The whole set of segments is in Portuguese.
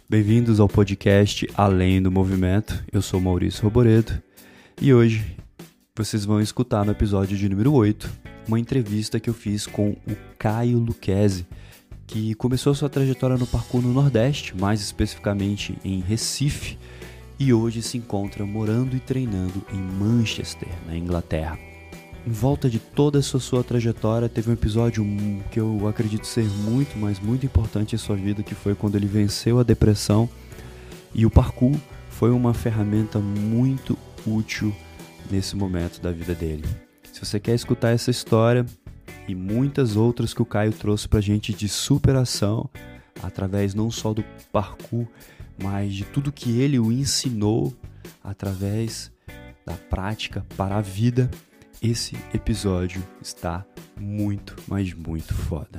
Bem-vindos ao podcast Além do Movimento. Eu sou Maurício Roboredo e hoje vocês vão escutar no episódio de número 8 uma entrevista que eu fiz com o Caio Lucchesi, que começou sua trajetória no parkour no Nordeste, mais especificamente em Recife, e hoje se encontra morando e treinando em Manchester, na Inglaterra. Em volta de toda essa sua trajetória, teve um episódio que eu acredito ser muito, mas muito importante em sua vida, que foi quando ele venceu a depressão, e o parkour foi uma ferramenta muito útil nesse momento da vida dele. Se você quer escutar essa história e muitas outras que o Caio trouxe pra gente de superação, através não só do parkour, mas de tudo que ele o ensinou através da prática para a vida, esse episódio está muito, mas muito foda.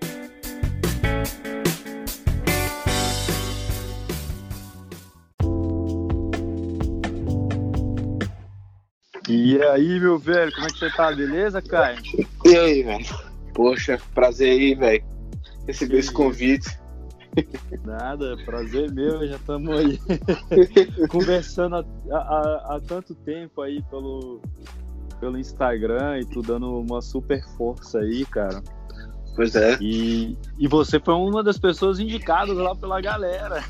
E aí, meu velho, como é que você tá? Beleza, Caio? E aí, velho? Poxa, prazer aí, velho. Receber esse convite. Nada, prazer meu, já estamos aí conversando há tanto tempo aí pelo Instagram e tu dando uma super força aí, cara. Pois é. E você foi uma das pessoas indicadas lá pela galera.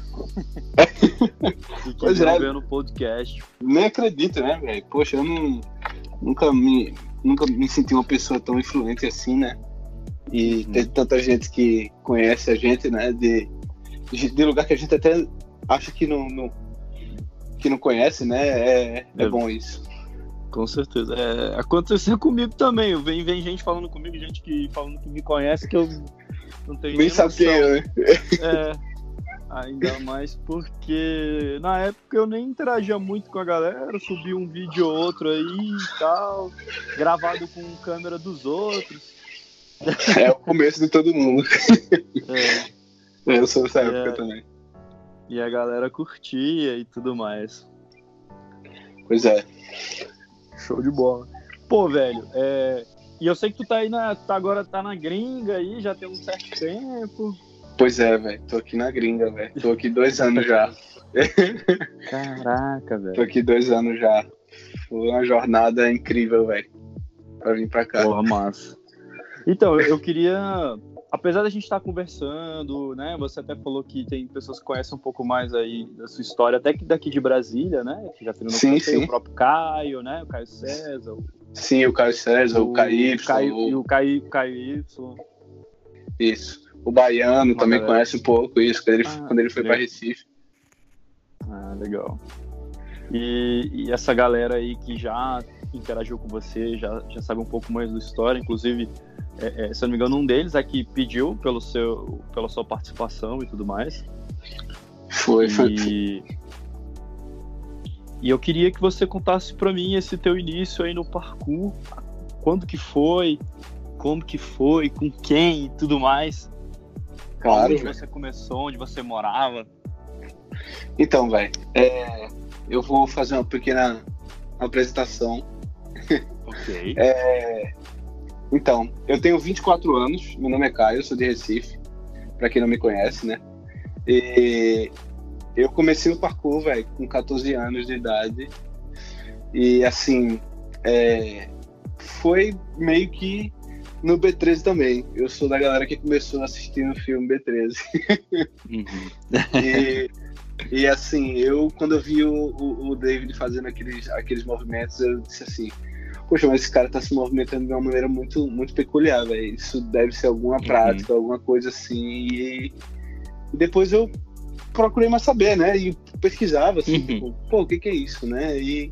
Pois é. Ver no podcast. Nem acredito, né, velho? Poxa, eu nunca me senti uma pessoa tão influente assim, né? E tem tanta gente que conhece a gente, né? De lugar que a gente até acha que não conhece, né? É bom isso. Com certeza. Aconteceu comigo também. Vem gente falando comigo, gente que falando que me conhece, que eu não tenho nem sabe quem é, né? Ainda mais porque na época eu nem interagia muito com a galera, subi um vídeo ou outro aí e tal, gravado com câmera dos outros. É o começo de todo mundo. Eu sou dessa época também. E a galera curtia e tudo mais. Pois é. Show de bola. Pô, velho, e eu sei que tu tá aí agora tá na gringa aí, já tem um certo tempo. Pois é, velho. Tô aqui na gringa, velho. Tô aqui 2 anos já. Caraca, velho. Tô aqui 2 anos já. Foi uma jornada incrível, velho. Pra vir pra cá. Porra, massa. Então, eu queria... Apesar da gente estar conversando, né? Você até falou que tem pessoas que conhecem um pouco mais aí da sua história, até que daqui de Brasília, né? Que já treinou com você, o próprio Caio, né? O Caio César. Sim, o Caio César, o KY. E o Caio Y. Isso. O Baiano também conhece um pouco isso, quando ele foi para Recife. Ah, legal. E essa galera aí que já interagiu com você, já sabe um pouco mais da história, inclusive, se eu não me engano, um deles é que pediu pela sua participação e tudo mais. Foi. E eu queria que você contasse pra mim esse teu início aí no parkour, quando que foi, como que foi, com quem e tudo mais. Claro, onde você começou, onde você morava. Então, velho, eu vou fazer uma pequena apresentação. Ok. Então, eu tenho 24 anos, meu nome é Caio, eu sou de Recife, pra quem não me conhece, né? E eu comecei o parkour, velho, com 14 anos de idade. E, assim, foi meio que no B13 também. Eu sou da galera que começou assistindo o filme B13. E assim, quando eu vi o David fazendo aqueles movimentos, eu disse assim, poxa, mas esse cara tá se movimentando de uma maneira muito, muito peculiar, velho. Isso deve ser alguma prática, alguma coisa assim. E depois eu procurei mais saber, né? E pesquisava, assim, tipo, pô, o que é isso, né? E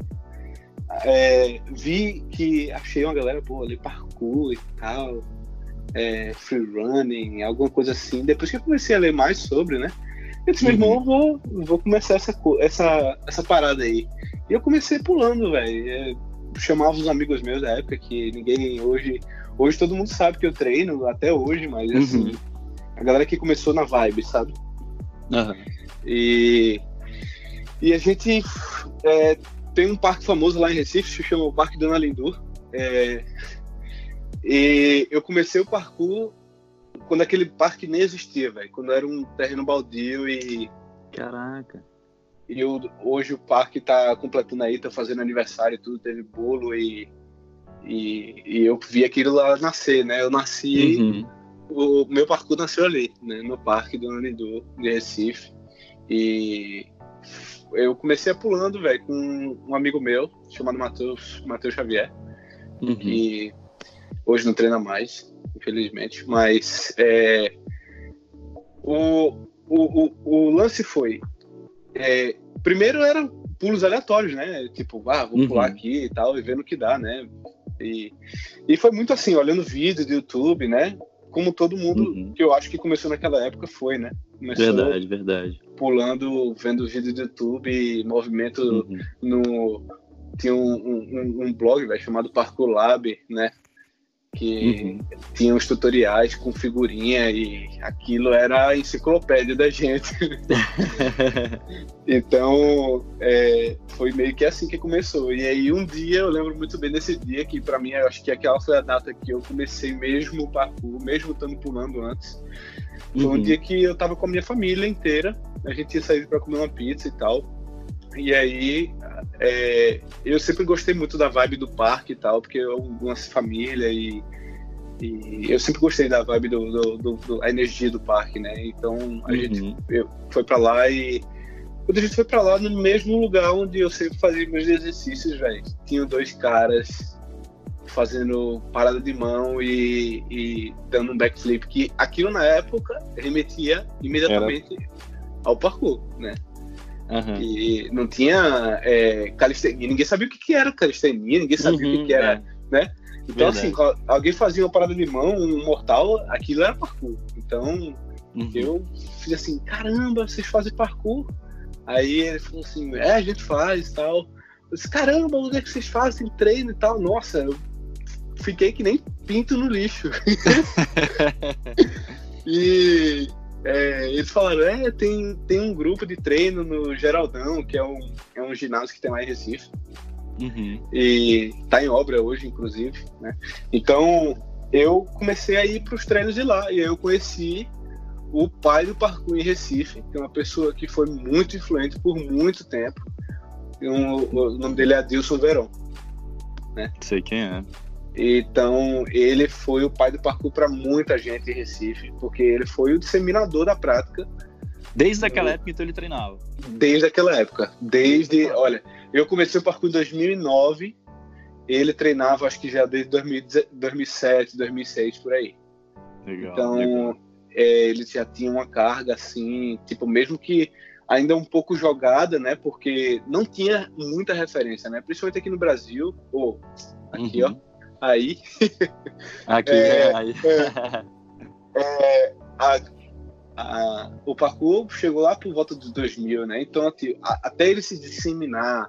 vi que achei uma galera, pô, ali parkour e tal, free running, alguma coisa assim. Depois que eu comecei a ler mais sobre, né? Eu disse, meu irmão, eu vou começar essa parada aí. E eu comecei pulando, velho. Chamava os amigos meus da época, que ninguém hoje todo mundo sabe que eu treino, até hoje, mas assim, a galera que começou na vibe, sabe? E a gente tem um parque famoso lá em Recife, que se chama o Parque Dona Lindu. E eu comecei o parkour quando aquele parque nem existia, velho. Quando era um terreno baldio e Caraca. E hoje o parque tá completando aí, tá fazendo aniversário e tudo, teve bolo e eu vi aquilo lá nascer, né? Eu nasci, o meu parkour nasceu ali, né? No parque do Anidu, de Recife. E eu comecei pulando, velho, com um amigo meu, chamado Matheus Xavier, que hoje não treina mais, infelizmente, mas o lance foi, primeiro eram pulos aleatórios, né? Tipo, vou pular aqui e tal, e vendo o que dá, né? E foi muito assim, olhando vídeo do YouTube, né? Como todo mundo que eu acho que começou naquela época foi, né? Começou Verdade. pulando, vendo vídeo do YouTube, movimento Tinha um blog, véio, chamado Parkour Lab, né? Que tinha uns tutoriais com figurinha e aquilo era a enciclopédia da gente. Então, foi meio que assim que começou. E aí um dia, eu lembro muito bem desse dia, que pra mim, eu acho que aquela foi a data que eu comecei mesmo o parkour, mesmo estando pulando antes. Foi um dia que eu tava com a minha família inteira, a gente ia sair pra comer uma pizza e tal. E aí, eu sempre gostei muito da vibe do parque e tal, porque eu amo família e eu sempre gostei da vibe a energia do parque, né? Então, a gente foi pra lá e quando a gente foi pra lá, no mesmo lugar onde eu sempre fazia meus exercícios, velho, tinham 2 caras fazendo parada de mão e dando um backflip, que aquilo na época remetia imediatamente ao parkour, né? E não tinha calistenia, ninguém sabia o que era calistenia, ninguém sabia o que era, né? Então, assim, alguém fazia uma parada de mão, um mortal, aquilo era parkour. Então, eu fiz assim, caramba, vocês fazem parkour? Aí ele falou assim, a gente faz e tal. Eu disse, caramba, onde é que vocês fazem treino e tal? Nossa, eu fiquei que nem pinto no lixo. E eles falaram, tem um grupo de treino no Geraldão, que é um ginásio que tem lá em Recife. E tá em obra hoje, inclusive, né? Então, eu comecei a ir pros treinos de lá. E aí eu conheci o pai do parkour em Recife, que é uma pessoa que foi muito influente por muito tempo. O nome dele é Adilson Verón, né? Sei quem é. Então, ele foi o pai do parkour para muita gente em Recife, porque ele foi o disseminador da prática. Desde aquela época, então, ele treinava? Desde aquela época. Olha, eu comecei o parkour em 2009, ele treinava, acho que já desde 2007, 2006, por aí. Legal. Então, legal. Ele já tinha uma carga, assim, tipo, mesmo que ainda um pouco jogada, né, porque não tinha muita referência, né, principalmente aqui no Brasil, aqui, ó. Aí. Aqui, aí. O parkour chegou lá por volta de 2000, né? Então, até ele se disseminar,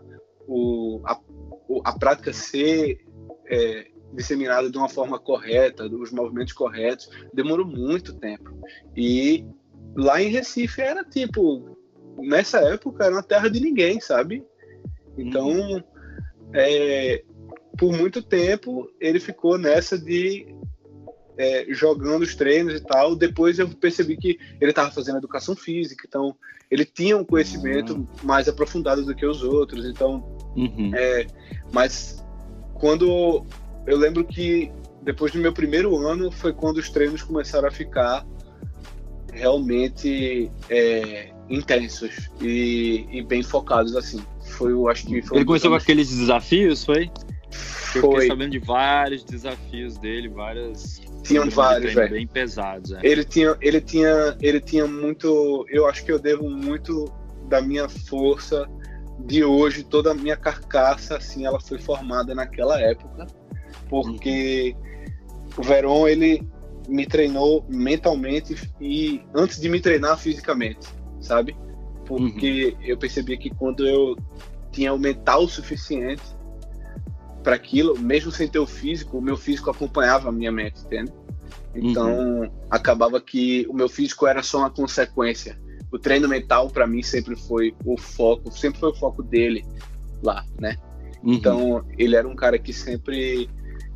a prática ser disseminada de uma forma correta, dos movimentos corretos, demorou muito tempo. E lá em Recife era tipo, nessa época era uma terra de ninguém, sabe? Então, por muito tempo ele ficou nessa de jogando os treinos e tal. Depois eu percebi que ele estava fazendo educação física, então ele tinha um conhecimento mais aprofundado do que os outros. Então, mas quando eu lembro que depois do meu primeiro ano foi quando os treinos começaram a ficar realmente intensos e bem focados, assim. Eu acho que foi. Ele começou com aqueles desafios, foi? Eu fiquei sabendo de vários desafios dele, Tinham vários, velho. Bem pesados. Ele tinha muito. Eu acho que eu devo muito da minha força de hoje, toda a minha carcaça, assim, ela foi formada naquela época, porque o Verón, ele me treinou mentalmente e antes de me treinar fisicamente, sabe? Porque eu percebi que quando eu tinha o mental suficiente para aquilo, mesmo sem ter o meu físico acompanhava a minha mente, entende? Então, acabava que o meu físico era só uma consequência. O treino mental, para mim, sempre foi o foco dele lá, né? Então, ele era um cara que sempre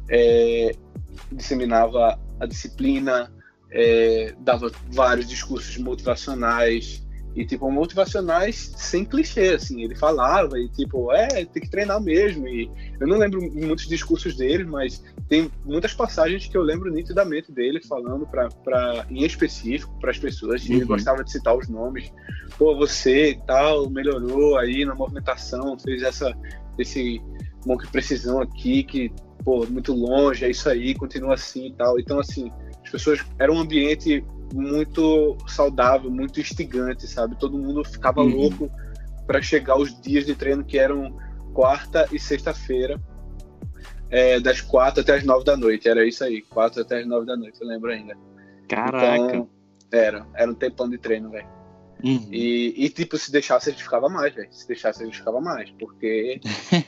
disseminava a disciplina, dava vários discursos motivacionais E, tipo, motivacionais sem clichê, assim. Ele falava e, tipo, tem que treinar mesmo. E eu não lembro muitos discursos dele, mas tem muitas passagens que eu lembro nitidamente dele falando em específico para as pessoas. E ele gostava de citar os nomes. Pô, você e tal, melhorou aí na movimentação, fez esse monte de precisão aqui, que, pô, muito longe, é isso aí, continua assim e tal. Então, assim, as pessoas... Era um ambiente muito saudável, muito instigante, sabe? Todo mundo ficava louco para chegar os dias de treino que eram quarta e sexta-feira, das 4 até as 9 da noite. Era isso aí, 4 até as 9 da noite, eu lembro ainda. Caraca! Então, era um tempão de treino, velho. E, tipo, se deixasse, a gente ficava mais, velho. Se deixasse, a gente ficava mais, porque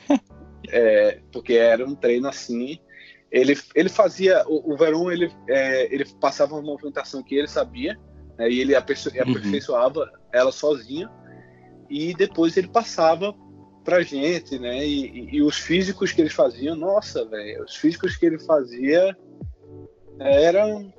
era um treino assim. Ele fazia, o Veron, ele passava uma movimentação que ele sabia, né, e ele aperfeiçoava ela sozinho, e depois ele passava pra gente, né, e os físicos que eles faziam, nossa, velho, os físicos que ele fazia eram...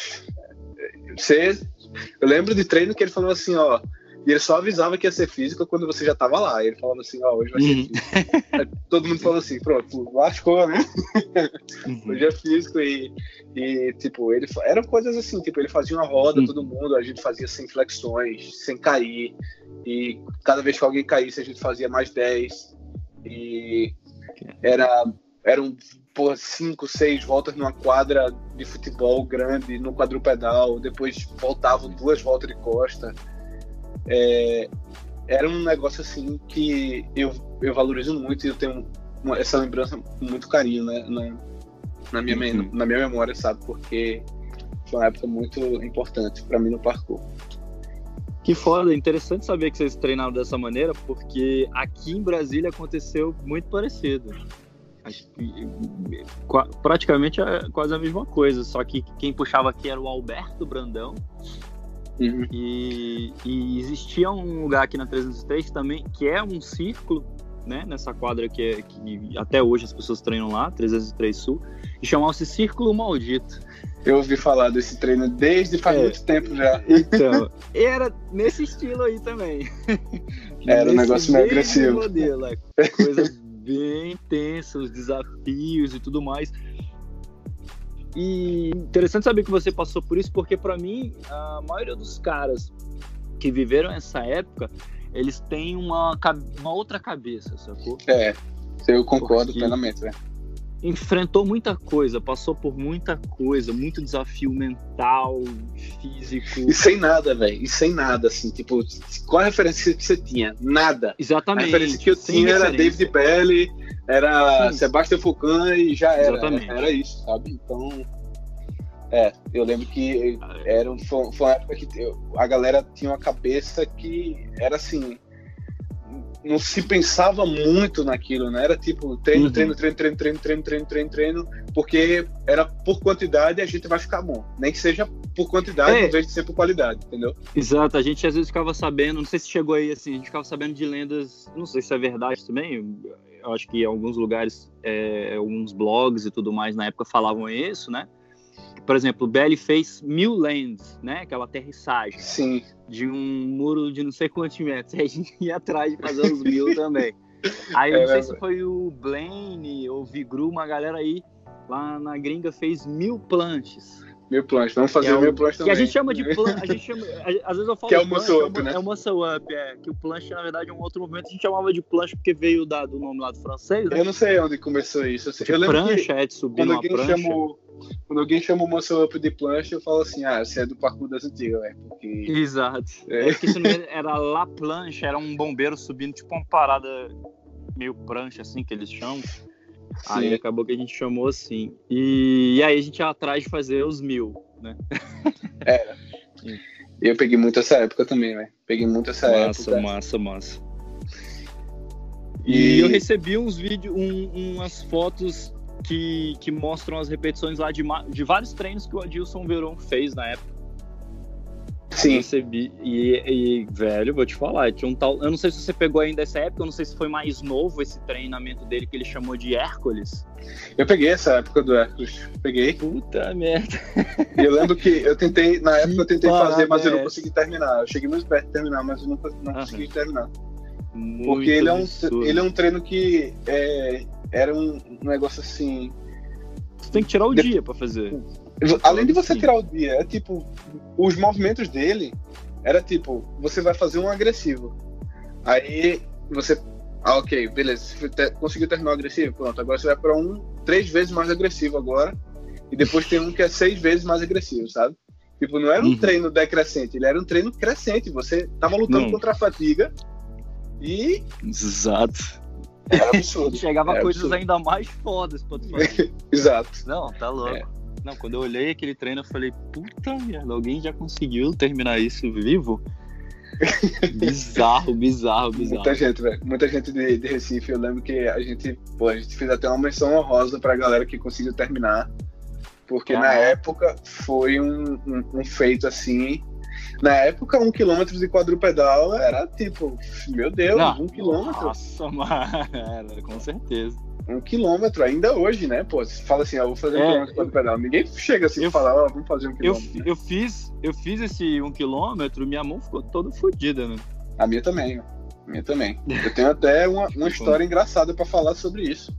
Eu lembro de treino que ele falou assim, ó, e ele só avisava que ia ser físico quando você já tava lá. Ele falava assim, ó, hoje vai ser físico. Aí todo mundo falou assim, pronto, lascou, né? Hoje é físico e tipo, eram coisas assim, tipo, ele fazia uma roda, todo mundo, a gente fazia sem flexões, sem cair. E cada vez que alguém caísse, a gente fazia mais 10. E eram 5, 6 voltas numa quadra de futebol grande, no quadrupedal. Depois voltavam 2 voltas de costa. Era um negócio assim que eu valorizo muito e eu tenho essa lembrança com muito carinho, né, na minha memória, sabe? Porque foi uma época muito importante para mim no parkour. Que foda, interessante saber que vocês treinaram dessa maneira, porque aqui em Brasília aconteceu muito parecido. Acho que praticamente é quase a mesma coisa, só que quem puxava aqui era o Alberto Brandão. E existia um lugar aqui na 303 também, que é um círculo, né, nessa quadra que até hoje as pessoas treinam lá, 303 Sul, e chamava-se Círculo Maldito. Eu ouvi falar desse treino desde faz muito tempo já. Então, era nesse estilo aí também. Era um negócio meio agressivo. Modelo, coisa bem intensa, os desafios e tudo mais. E interessante saber que você passou por isso, porque pra mim, a maioria dos caras que viveram essa época, eles têm uma outra cabeça, sacou? Eu concordo plenamente, velho. Enfrentou muita coisa, passou por muita coisa, muito desafio mental, físico. E sem nada, velho. E sem nada, assim, tipo, qual a referência que você tinha? Nada. Exatamente. A referência que eu tinha era David Belli, era Sebastian Foucan e já era. Exatamente. Era isso, sabe? Então, eu lembro que foi uma época que a galera tinha uma cabeça que era assim, não se pensava muito naquilo, né? Era tipo treino, porque era por quantidade e a gente vai ficar bom. Nem que seja por quantidade, em vez de ser por qualidade, entendeu? Exato, a gente às vezes ficava sabendo, não sei se chegou aí assim, a gente ficava sabendo de lendas, não sei se é verdade também, eu acho que em alguns lugares, alguns blogs e tudo mais na época falavam isso, né? Por exemplo, o Belli fez 1000 lands, né? Aquela aterrissagem. Sim. De um muro de não sei quantos metros. Aí a gente ia atrás de fazer os 1000 também. Aí eu não sei se foi o Blaine ou o Vigru, uma galera aí lá na gringa fez 1000 planches. 1000 planches, vamos fazer 1000 planches também. Que a gente chama de planche, às vezes eu falo que é o muscle up, né? É o muscle up, que o planche na verdade é um outro movimento, a gente chamava de planche porque veio do nome lá do francês, né? Eu não sei onde começou isso. Eu lembro prancha, de subir numa prancha. Quando alguém chama o muscle up de plancha, eu falo assim, você é do parkour das antigas, velho. Porque... Exato. Porque se não era La Planche, era um bombeiro subindo, tipo uma parada meio prancha, assim, que eles chamam. Sim. Aí acabou que a gente chamou assim. E aí a gente ia atrás de fazer os 1000, né? Eu peguei muito essa época também, velho. Peguei muito essa época. Massa. E eu recebi uns vídeos, umas fotos que mostram as repetições lá de vários treinos que o Adilson Veron fez na época. Sim. Recebi. E, velho, vou te falar, tinha um tal. Eu não sei se você pegou ainda essa época, eu não sei se foi mais novo esse treinamento dele que ele chamou de Hércules. Eu peguei essa época do Hércules. Peguei. Puta merda. E eu lembro que eu tentei, na época eu tentei fazer, mas eu não Parabéns. consegui terminar. Eu cheguei muito perto de terminar, mas eu não consegui terminar. Porque Muito ele é um treino que era um negócio assim. Você tem que tirar o dia pra fazer. Além de você Sim. tirar o dia, é tipo, os movimentos dele era tipo, você vai fazer um agressivo. Aí você. Ah, ok, beleza. Você conseguiu terminar o agressivo? Pronto, agora você vai para 3 vezes mais agressivo agora. E depois tem um que é 6 vezes mais agressivo, sabe? Tipo, não era um treino decrescente, ele era um treino crescente. Você tava lutando contra a fadiga e Exato. era absurdo. Chegava Era coisas absurdo. ainda mais fodas pra tu fazer. Exato. Não, tá louco. Não, quando eu olhei aquele treino, eu falei, puta merda, alguém já conseguiu terminar isso vivo? Bizarro. Muita gente, velho. Muita gente de Recife. Eu lembro que a gente fez até uma menção honrosa pra galera que conseguiu terminar. Porque na época foi um feito assim. Na época, 1 quilômetro de quadrupedal era tipo, meu Deus, Não, 1 quilômetro. Nossa, mano, com certeza. 1 quilômetro, ainda hoje, né? Pô, você fala assim, vou fazer 1 quilômetro de quadrupedal. Ninguém chega assim e fala, vamos fazer 1 quilômetro. Eu fiz esse 1 quilômetro, minha mão ficou toda fodida, né? A minha também. Eu tenho até uma história engraçada pra falar sobre isso.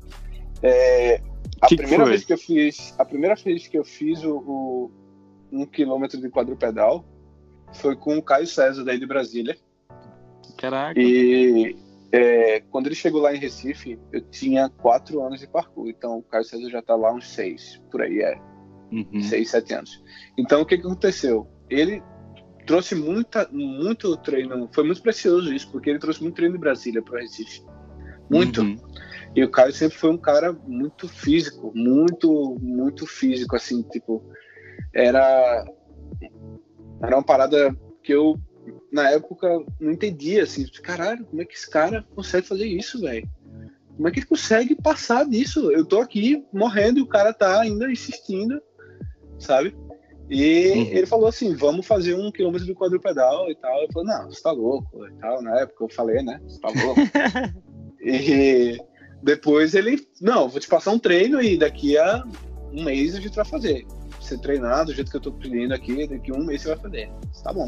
A primeira vez que eu fiz o 1 quilômetro de quadrupedal foi com o Caio César, daí de Brasília. Caraca. E quando ele chegou lá em Recife, eu tinha 4 anos de parkour. Então o Caio César já tá lá uns 6, por aí 6, 7 anos. Então o que aconteceu? Ele trouxe muito treino, foi muito precioso isso, porque ele trouxe muito treino de Brasília para Recife. Muito. E o Caio sempre foi um cara muito físico, muito físico, assim, tipo, era uma parada que eu, na época, não entendia, assim, caralho, como é que esse cara consegue fazer isso, velho? Como é que ele consegue passar disso? Eu tô aqui morrendo e o cara tá ainda insistindo, sabe? E ele falou assim, vamos fazer 1 quilômetro de quadrupedal e tal. Eu falei, não, você tá louco e tal. Na época eu falei, né, você tá louco. E depois ele, não, vou te passar um treino e daqui a 1 mês a gente vai fazer. Você treinar do jeito que eu tô pedindo aqui, daqui a 1 mês você vai fazer. Tá bom.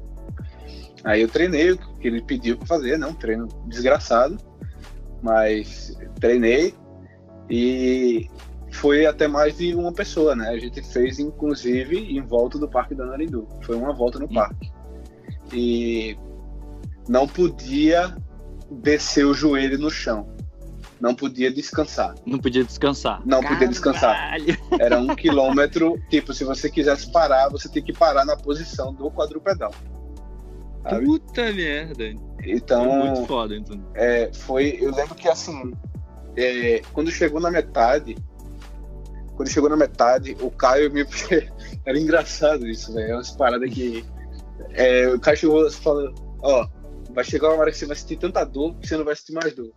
Aí eu treinei o que ele pediu pra fazer, né, um treino desgraçado. Mas treinei e foi até mais de uma pessoa, né? A gente fez, inclusive, em volta do Parque da Narindu. Foi uma volta no parque. E não podia descer o joelho no chão. Não podia descansar. Não podia descansar. Era 1 quilômetro. Tipo, se você quisesse parar, você tem que parar na posição do quadrupedal. Sabe? Puta merda. Então, é muito foda, então. Eu lembro que assim, quando chegou na metade, o Caio me... Era engraçado isso, velho. É umas paradas que... o Caio chegou e falou, vai chegar uma hora que você vai sentir tanta dor que você não vai sentir mais dor.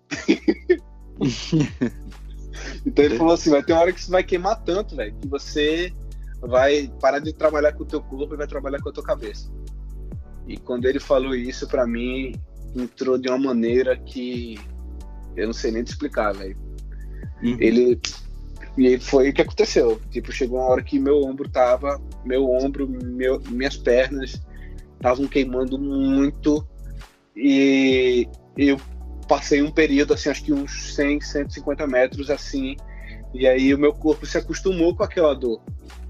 Então ele falou assim, vai ter uma hora que você vai queimar tanto, velho, que você vai parar de trabalhar com o teu corpo e vai trabalhar com a tua cabeça. E quando ele falou isso, pra mim, entrou de uma maneira que eu não sei nem te explicar, velho. E foi o que aconteceu. Tipo, chegou uma hora que minhas pernas estavam queimando muito e eu passei um período, assim, acho que uns 100, 150 metros, assim, e aí o meu corpo se acostumou com aquela dor.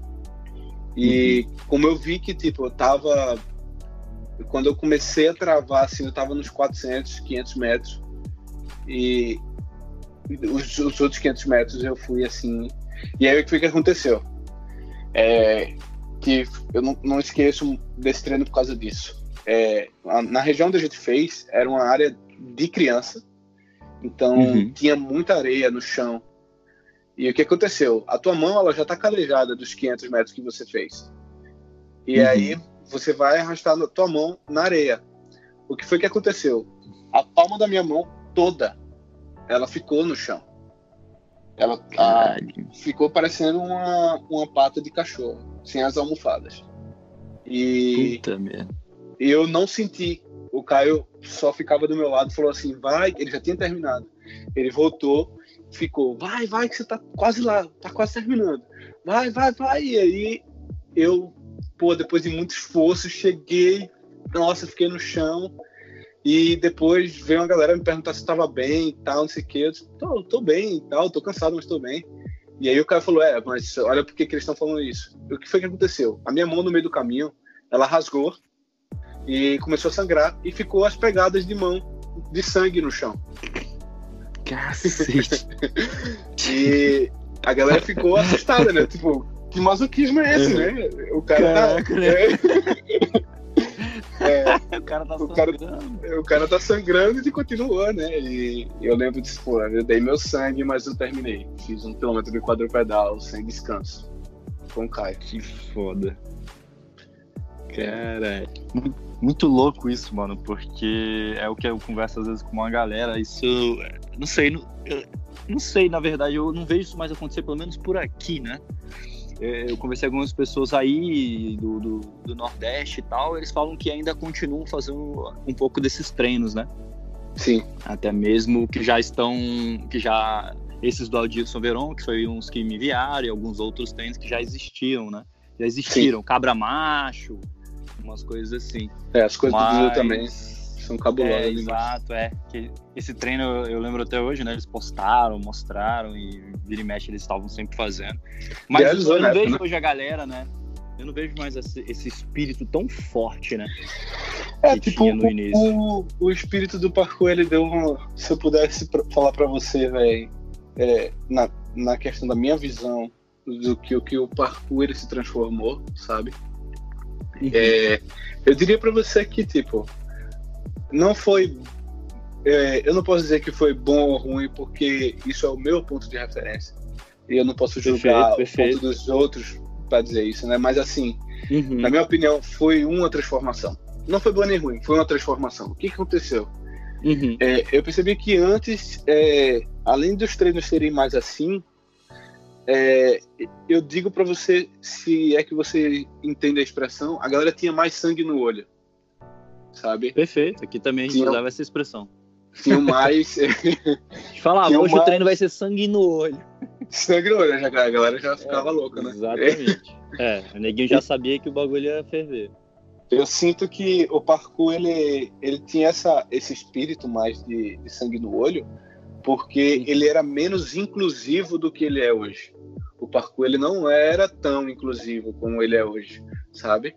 E como eu vi que, tipo, quando eu comecei a travar, assim, eu tava nos 400, 500 metros, e os outros 500 metros eu fui assim. E aí o que aconteceu? Que eu não esqueço desse treino por causa disso. Na região onde a gente fez, era uma área de criança, então tinha muita areia no chão. E o que aconteceu? A tua mão ela já tá calejada dos 500 metros que você fez. E aí você vai arrastar a tua mão na areia. O que foi que aconteceu? A palma da minha mão toda, ela ficou no chão. Ela ficou parecendo uma pata de cachorro, sem as almofadas. E Puta merda. eu não senti. O Caio só ficava do meu lado e falou assim, vai, ele já tinha terminado. Ele voltou, ficou, vai, que você tá quase lá, tá quase terminando. Vai. E aí eu, depois de muito esforço, cheguei, nossa, fiquei no chão. E depois veio uma galera me perguntar se eu tava bem e tal, não sei o que. Eu disse, tô bem e tal, tô cansado, mas tô bem. E aí o cara falou, mas olha por que eles estão falando isso. O que foi que aconteceu? A minha mão no meio do caminho, ela rasgou e começou a sangrar e ficou as pegadas de mão de sangue no chão. Cacete. E a galera ficou assustada, né? Tipo, que masoquismo é esse, né? O cara o cara tá sangrando e continuou, né? E eu lembro disso, eu dei meu sangue, mas eu terminei. Fiz 1 quilômetro de quadrupedal sem descanso. Com o Caio. Que foda. Caralho. Muito louco isso, mano, porque é o que eu converso às vezes com uma galera. Isso, não sei, na verdade, eu não vejo isso mais acontecer, pelo menos por aqui, né? Eu conversei com algumas pessoas aí do Nordeste e tal, eles falam que ainda continuam fazendo um pouco desses treinos, né? Sim. Até mesmo que já esses do Adilson Veron, que foi uns que me enviaram, e alguns outros treinos que já existiam, né? Já existiram, Sim. Cabra macho, umas coisas assim. As coisas do Dio também são cabulosas. Exato, que esse treino eu lembro até hoje, né? Eles postaram, mostraram e vira e mexe eles estavam sempre fazendo. Mas eu não vejo hoje a galera, né? Eu não vejo mais esse espírito tão forte, né? Que tipo, tinha no início. O espírito do parkour, ele deu se eu pudesse falar pra você, velho, na questão da minha visão do que o parkour ele se transformou, sabe? Uhum. Eu diria pra você que, tipo, não foi... eu não posso dizer que foi bom ou ruim, porque isso é o meu ponto de referência. E eu não posso julgar o ponto dos outros pra dizer isso, né? Mas, assim, na minha opinião, foi uma transformação. Não foi boa nem ruim, foi uma transformação. O que aconteceu? Eu percebi que antes, além dos treinos serem mais assim, eu digo pra você, se é que você entende a expressão, a galera tinha mais sangue no olho, sabe? Perfeito, aqui também a gente usava essa expressão. Tinham mais... Falava, hoje o treino vai ser sangue no olho. Sangue no olho, a galera já ficava louca, né? Exatamente. O neguinho já sabia que o bagulho ia ferver. Eu sinto que o parkour, ele tinha esse espírito mais de sangue no olho, porque ele era menos inclusivo do que ele é hoje. O parkour, ele não era tão inclusivo como ele é hoje, sabe?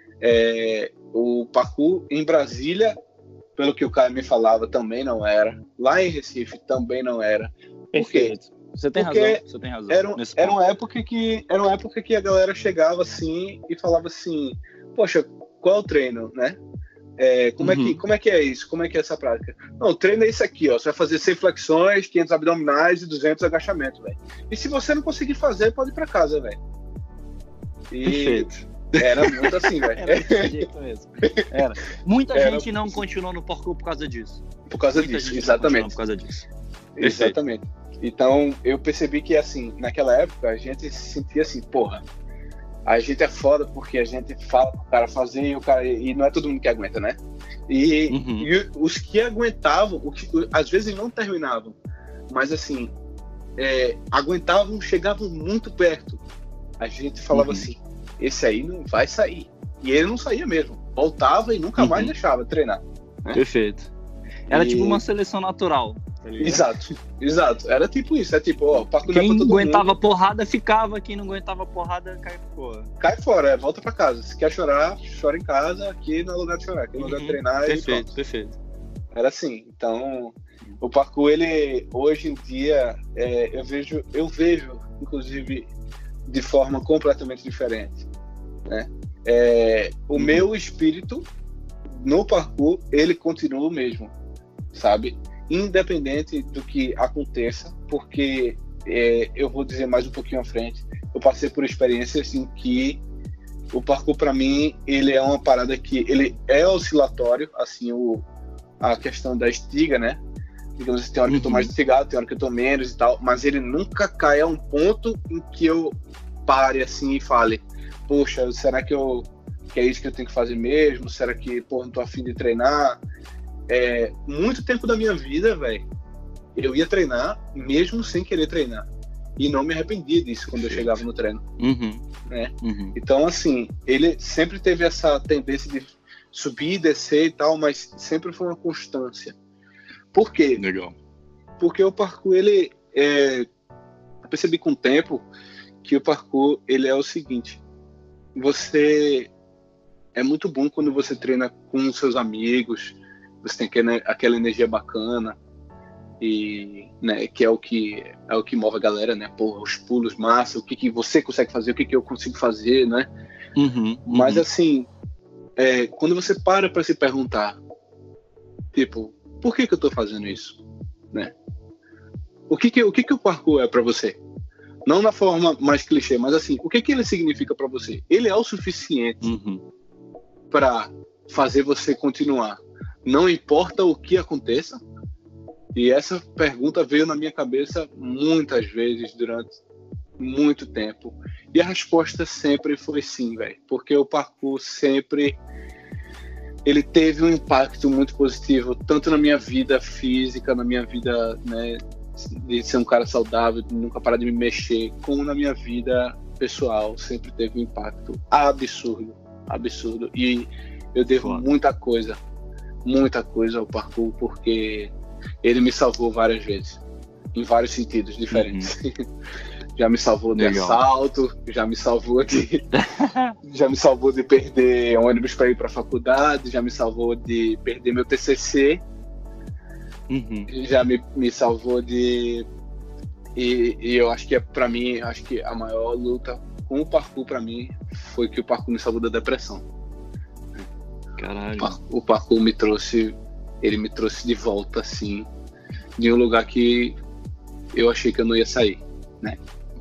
O parkour em Brasília, pelo que o Caio me falava, também não era. Lá em Recife também não era. Por quê? Você tem razão. Era uma época que a galera chegava assim e falava assim, poxa, qual é o treino, né? Como é que é isso? Como é que é essa prática? Não, o treino é isso aqui, ó. Você vai fazer 100 flexões, 500 abdominais e 200 agachamentos, velho. E se você não conseguir fazer, pode ir pra casa, velho. Perfeito. Era muito assim, velho. Era desse jeito mesmo. Muita gente não continuou no parkour por causa disso. Por causa disso, exatamente. Por causa disso. Exatamente. Então, eu percebi que, assim, naquela época, a gente se sentia assim, porra, a gente é foda porque a gente fala pro cara fazer e não é todo mundo que aguenta, né? E os que aguentavam, às vezes não terminavam, mas assim, aguentavam, chegavam muito perto. A gente falava assim, esse aí não vai sair. E ele não saía mesmo. Voltava e nunca mais deixava treinar. Né? Perfeito. Era tipo uma seleção natural. Tá Exato. Era tipo isso. Quem aguentava porrada ficava, quem não aguentava porrada cai fora. Cai fora, volta pra casa. Se quer chorar, chora em casa. Aqui não é lugar de chorar, aqui é lugar de treinar. Perfeito. Era assim. Então, o parkour, ele hoje em dia, eu vejo, inclusive, de forma completamente diferente, né? O meu espírito no parkour, ele continua o mesmo, sabe? Independente do que aconteça, porque eu vou dizer mais um pouquinho à frente, eu passei por experiências em que o parkour, para mim, ele é uma parada que ele é oscilatório, assim, a questão da estiga, né? Digamos assim, tem hora que eu tô mais instigado, tem hora que eu tô menos e tal, mas ele nunca cai a um ponto em que eu pare assim e fale, poxa, será que eu que é isso que eu tenho que fazer mesmo? Será que, porra, não tô afim de treinar? Muito tempo da minha vida, velho, eu ia treinar mesmo sem querer treinar. E não me arrependia disso quando eu chegava no treino. Né? Então, assim, ele sempre teve essa tendência de subir, descer e tal, mas sempre foi uma constância. Por quê? Legal. Porque o parkour, eu percebi com o tempo que o parkour, ele é o seguinte: é muito bom quando você treina com os seus amigos, você tem aquela energia bacana, e, né, que é o que move a galera, né? Porra, os pulos, massa, o que você consegue fazer, o que eu consigo fazer, né? Mas, assim, quando você para se perguntar, tipo, por que eu tô fazendo isso, né? O que o parkour é para você? Não na forma mais clichê, mas assim, o que ele significa para você? Ele é o suficiente para fazer você continuar, não importa o que aconteça? E essa pergunta veio na minha cabeça muitas vezes durante muito tempo. E a resposta sempre foi sim, velho. Porque o parkour sempre ele teve um impacto muito positivo, tanto na minha vida física, na minha vida, né, de ser um cara saudável, de nunca parar de me mexer, como na minha vida pessoal. Sempre teve um impacto absurdo. E eu devo muita coisa ao parkour, porque ele me salvou várias vezes, em vários sentidos diferentes. Já me salvou de assalto, já me salvou de perder ônibus para ir para a faculdade, já me salvou de perder meu TCC, já me salvou de... E eu acho que para mim, acho que a maior luta com o parkour para mim foi que o parkour me salvou da depressão. Caralho. O parkour me trouxe de volta, assim, de um lugar que eu achei que eu não ia sair, né?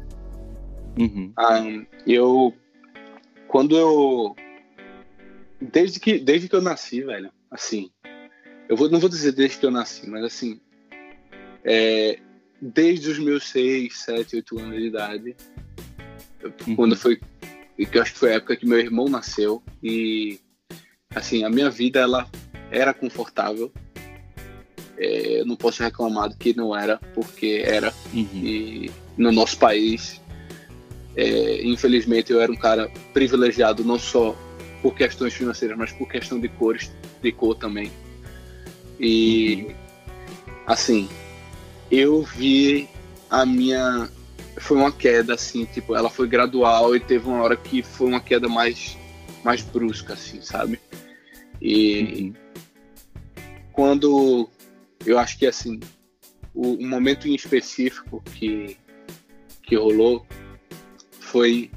Desde que eu nasci, velho, assim, não vou dizer desde que eu nasci, mas assim, desde os meus 6, 7, 8 anos de idade, quando foi, que eu acho que foi a época que meu irmão nasceu, e assim, a minha vida, ela era confortável. Eu não posso reclamar do que não era, porque era. E no nosso país, infelizmente, eu era um cara privilegiado, não só por questões financeiras, mas por questão de cor também. E assim, eu vi foi uma queda, assim, tipo, ela foi gradual e teve uma hora que foi uma queda mais brusca, assim, sabe? E quando eu acho que, assim, o momento em específico que rolou foi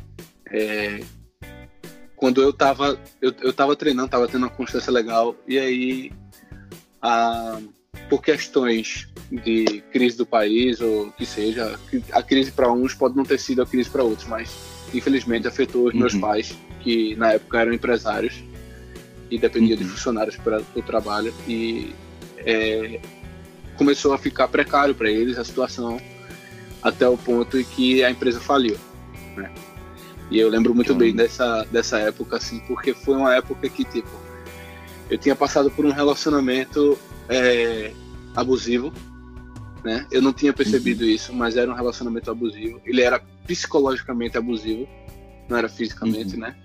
quando eu tava treinando, tava tendo uma constância legal, e aí por questões de crise do país, ou que seja, a crise para uns pode não ter sido a crise para outros, mas infelizmente afetou os meus pais, que na época eram empresários e dependia de funcionários para o trabalho, e começou a ficar precário para eles a situação, até o ponto em que a empresa faliu, né? E eu lembro muito bem dessa época, assim, porque foi uma época que, tipo, eu tinha passado por um relacionamento abusivo, né? Eu não tinha percebido isso, mas era um relacionamento abusivo. Ele era psicologicamente abusivo, não era fisicamente, né?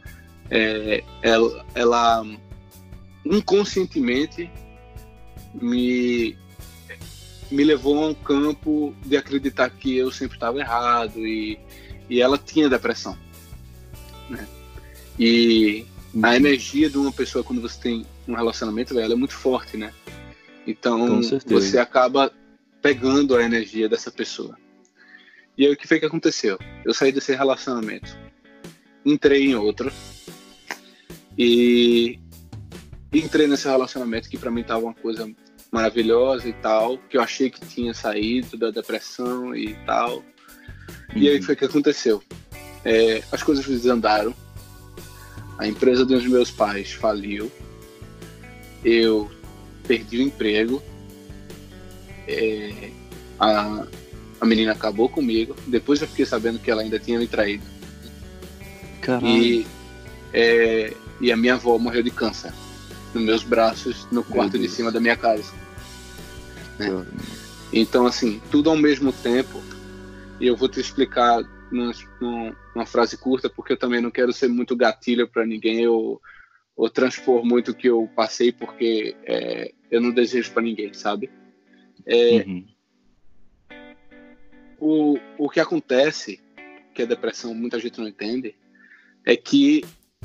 Ela inconscientemente me levou a um campo de acreditar que eu sempre estava errado, e ela tinha depressão, né? E a energia de uma pessoa, quando você tem um relacionamento, ela é muito forte, né? Então você acaba pegando a energia dessa pessoa. E aí o que foi que aconteceu? Eu saí desse relacionamento, entrei em outro, e entrei nesse relacionamento que pra mim tava uma coisa maravilhosa e tal, que eu achei que tinha saído da depressão e tal. E aí foi que aconteceu. As coisas desandaram, a empresa dos meus pais faliu, eu perdi o emprego, a menina acabou comigo, depois eu fiquei sabendo que ela ainda tinha me traído. Caralho. E a minha avó morreu de câncer nos meus braços, no quarto de cima da minha casa, né? Então, assim, tudo ao mesmo tempo. E eu vou te explicar numa frase curta, porque eu também não quero ser muito gatilho para ninguém ou transpor muito o que eu passei, porque eu não desejo para ninguém, sabe? O que acontece, que a depressão muita gente não entende, é que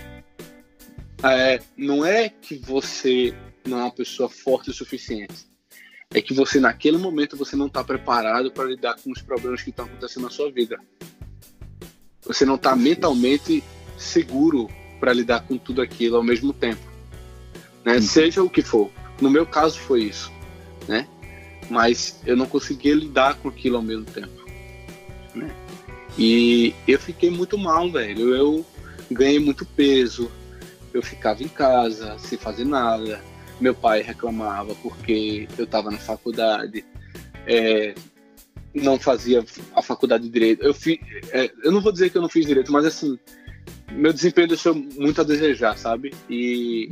não é que você não é uma pessoa forte o suficiente. É que você, naquele momento, você não está preparado para lidar com os problemas que estão acontecendo na sua vida. Você não está mentalmente seguro para lidar com tudo aquilo ao mesmo tempo, né? Seja o que for. No meu caso foi isso, né? Mas eu não conseguia lidar com aquilo ao mesmo tempo, né? E eu fiquei muito mal, velho. Eu ganhei muito peso. Eu ficava em casa, sem fazer nada. Meu pai reclamava porque eu estava na faculdade, não fazia a faculdade de Direito. Eu não vou dizer que eu não fiz Direito, mas assim, meu desempenho deixou muito a desejar, sabe? E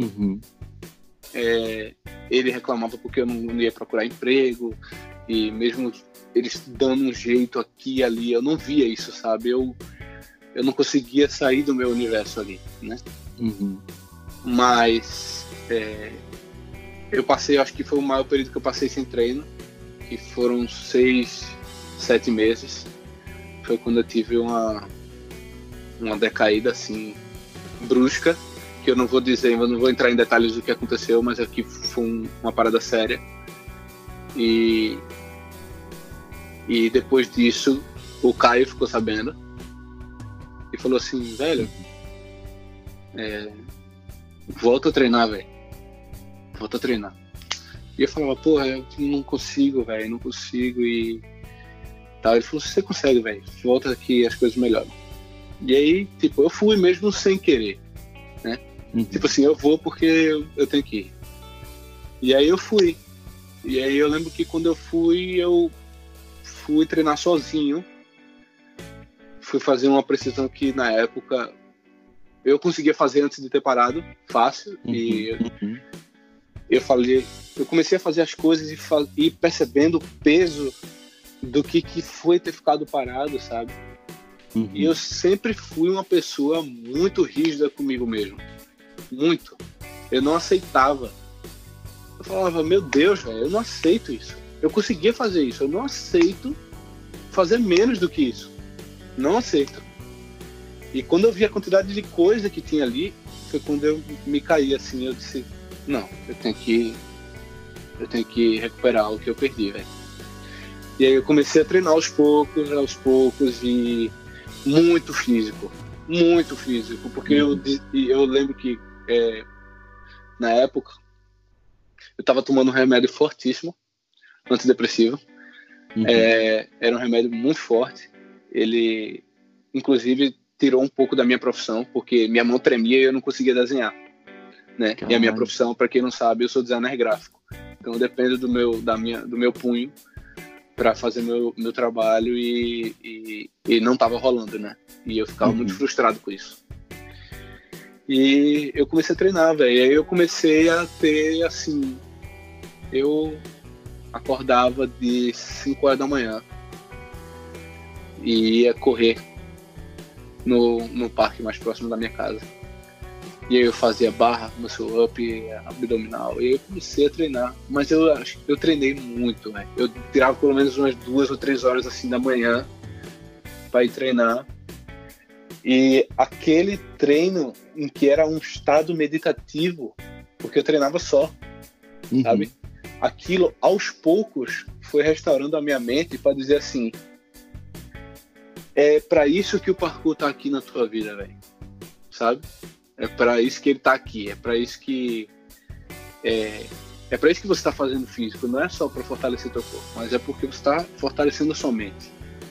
ele reclamava porque eu não ia procurar emprego, e mesmo eles dando um jeito aqui e ali, eu não via isso, sabe? Eu não conseguia sair do meu universo ali, né? Mas eu passei, acho que foi o maior período que eu passei sem treino, que foram 6, 7 meses. Foi quando eu tive uma decaída assim brusca, que eu não vou dizer, eu não vou entrar em detalhes do que aconteceu, mas aqui foi uma parada séria. E depois disso o Caio ficou sabendo e falou assim: velho, volta a treinar, velho. Volta a treinar. E eu falava: porra, eu não consigo, velho, não consigo. E tal. Ele falou: você consegue, velho, volta aqui, as coisas melhoram. E aí, tipo, eu fui mesmo sem querer, né? Tipo assim, eu vou porque eu tenho que ir. E aí eu fui. E aí eu lembro que quando eu fui treinar sozinho. Fui fazer uma precisão que na época eu conseguia fazer antes de ter parado, fácil. E eu comecei a fazer as coisas e percebendo o peso do que foi ter ficado parado, sabe? E eu sempre fui uma pessoa muito rígida comigo mesmo. Muito. Eu não aceitava. Eu falava: meu Deus, velho, eu não aceito isso. Eu conseguia fazer isso, eu não aceito fazer menos do que isso. Não aceito. E quando eu vi a quantidade de coisa que tinha ali, foi quando eu me caí assim. Eu disse: não, eu tenho que recuperar o que eu perdi, velho. E aí eu comecei a treinar aos poucos, e muito físico, porque eu lembro que na época eu tava tomando um remédio fortíssimo, antidepressivo. Era um remédio muito forte. Ele, inclusive, tirou um pouco da minha profissão, porque minha mão tremia e eu não conseguia desenhar, né? E a minha profissão, para quem não sabe, eu sou designer gráfico. Então, depende do meu punho para fazer meu trabalho e não tava rolando, né? E eu ficava muito frustrado com isso. E eu comecei a treinar, velho. E aí eu comecei a ter, assim... Eu acordava de 5 horas da manhã e ia correr no parque mais próximo da minha casa. E aí eu fazia barra, muscle up, abdominal. E aí eu comecei a treinar. Mas eu treinei muito, velho. Eu tirava pelo menos umas 2 ou 3 horas assim da manhã para ir treinar. E aquele treino em que era um estado meditativo, porque eu treinava só, sabe? Aquilo, aos poucos, foi restaurando a minha mente para dizer assim: é para isso que o parkour tá aqui na tua vida, velho. Sabe? É para isso que ele tá aqui. É para isso que é para isso que você tá fazendo físico. Não é só para fortalecer teu corpo, mas é porque você tá fortalecendo a sua mente.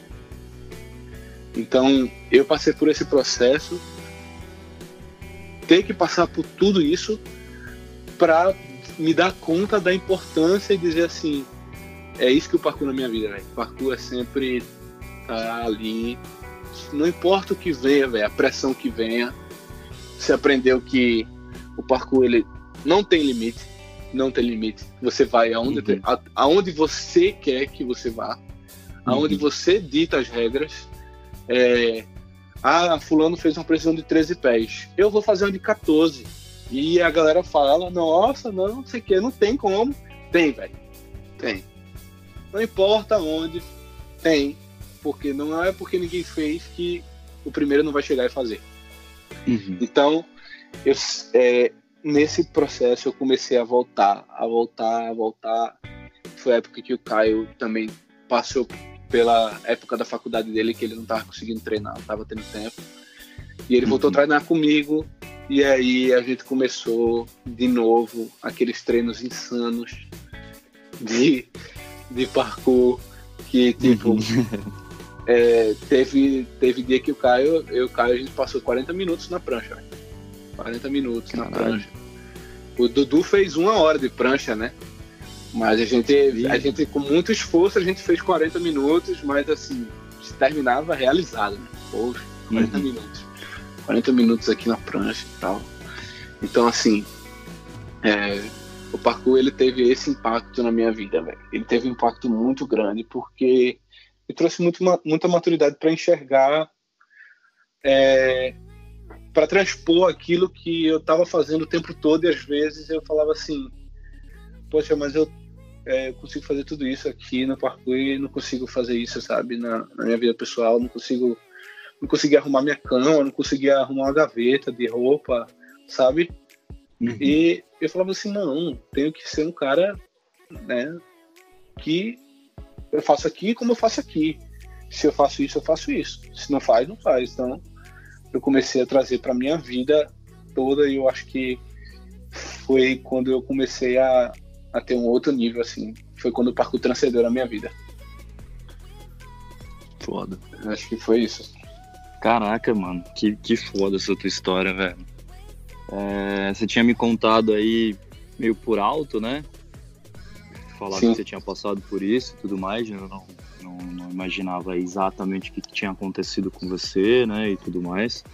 Então, eu passei por esse processo, ter que passar por tudo isso para me dar conta da importância e dizer assim: é isso que o parkour na minha vida, velho. O parkour é sempre tá ali, não importa o que venha, velho, a pressão que venha, você aprendeu que o parkour, ele não tem limite. Não tem limite. Você vai aonde você quer que você vá. Aonde você dita as regras. Fulano fez uma precisão de 13 pés. Eu vou fazer uma de 14. E a galera fala, nossa, não sei o que, não tem como. Tem, velho. Tem. Não importa onde, tem. Porque não é porque ninguém fez que o primeiro não vai chegar e fazer. Então, nesse processo eu comecei a voltar. Foi a época que o Caio também passou pela época da faculdade dele, que ele não estava conseguindo treinar, não estava tendo tempo. E ele voltou a treinar comigo, e aí a gente começou de novo aqueles treinos insanos de parkour, que tipo... teve dia que o Caio a gente passou 40 minutos na prancha, né? 40 minutos na prancha. O Dudu fez 1 hora de prancha, né? Mas a gente com muito esforço, a gente fez 40 minutos, mas assim, se terminava realizado, né? Poxa, 40 minutos. 40 minutos aqui na prancha e tal. Então, assim, o parkour, ele teve esse impacto na minha vida, velho. Ele teve um impacto muito grande, porque me trouxe muita maturidade para enxergar, para transpor aquilo que eu estava fazendo o tempo todo, e às vezes eu falava assim, poxa, mas eu consigo fazer tudo isso aqui no parkour e não consigo fazer isso, sabe, na minha vida pessoal, não consegui arrumar minha cama, não conseguia arrumar uma gaveta de roupa, sabe? E eu falava assim, não, tenho que ser um cara, né, que eu faço aqui como eu faço aqui. Se eu faço isso, eu faço isso. Se não faz, não faz. Então, eu comecei a trazer para minha vida toda, e eu acho que foi quando eu comecei a ter um outro nível, assim. Foi quando o parkour transcendeu na minha vida. Foda. Acho que foi isso. Caraca, mano, que foda essa tua história, velho. Você tinha me contado aí meio por alto, né? Falar que você tinha passado por isso e tudo mais, eu não imaginava exatamente o que tinha acontecido com você, né, e tudo mais.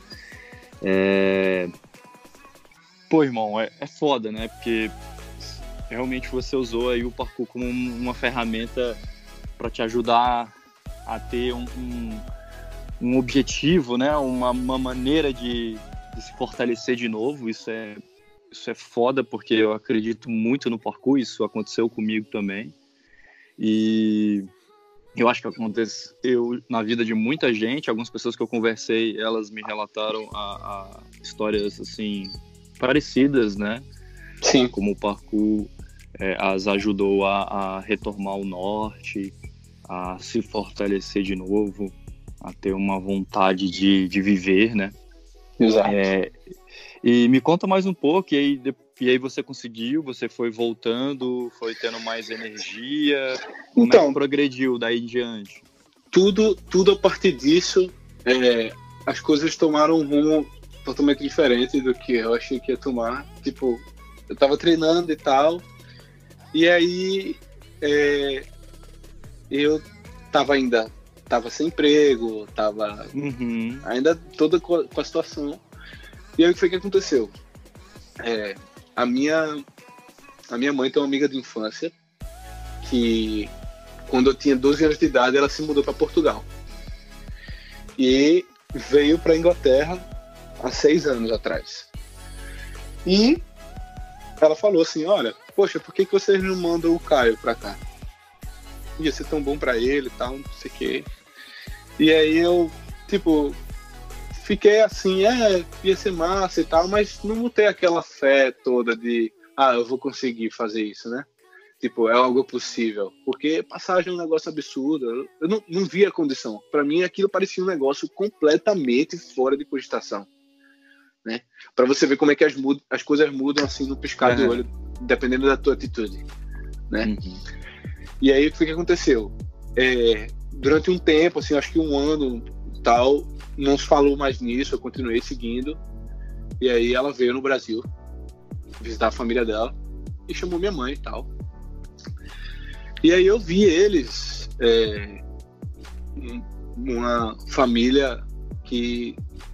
Pô, irmão, é foda, né, porque realmente você usou aí o parkour como uma ferramenta para te ajudar a ter um objetivo, né, uma maneira de se fortalecer de novo. Isso é foda, porque eu acredito muito no parkour, isso aconteceu comigo também. E eu acho que aconteceu na vida de muita gente. Algumas pessoas que eu conversei, elas me relataram a histórias, assim, parecidas, né? Sim. Como o parkour as ajudou a retomar o norte, a se fortalecer de novo, a ter uma vontade de viver, né? Exato. E me conta mais um pouco, e aí você conseguiu, você foi voltando, foi tendo mais energia, como é que progrediu daí em diante? Tudo a partir disso, as coisas tomaram um rumo totalmente diferente do que eu achei que ia tomar. Tipo, eu tava treinando e tal, e aí eu tava sem emprego, tava ainda toda com a situação. E aí o que foi que aconteceu? A minha mãe tem uma amiga de infância que, quando eu tinha 12 anos de idade, ela se mudou para Portugal. E veio para Inglaterra há 6 anos atrás. E ela falou assim, olha, poxa, por que vocês não mandam o Caio para cá? Ia ser tão bom para ele e tal, não sei o quê. E aí eu, tipo... fiquei assim, ia ser massa e tal, mas não botei aquela fé toda de, eu vou conseguir fazer isso, né? Tipo, é algo possível. Porque passagem é um negócio absurdo. Eu não via a condição. Pra mim, aquilo parecia um negócio completamente fora de cogitação, né? Pra você ver como é que as coisas mudam assim no piscar de olho, dependendo da tua atitude, né? E aí, o que aconteceu? Durante um tempo, assim, acho que 1 ano e tal, não se falou mais nisso, eu continuei seguindo. E aí ela veio no Brasil visitar a família dela e chamou minha mãe e tal. E aí eu vi eles, uma família que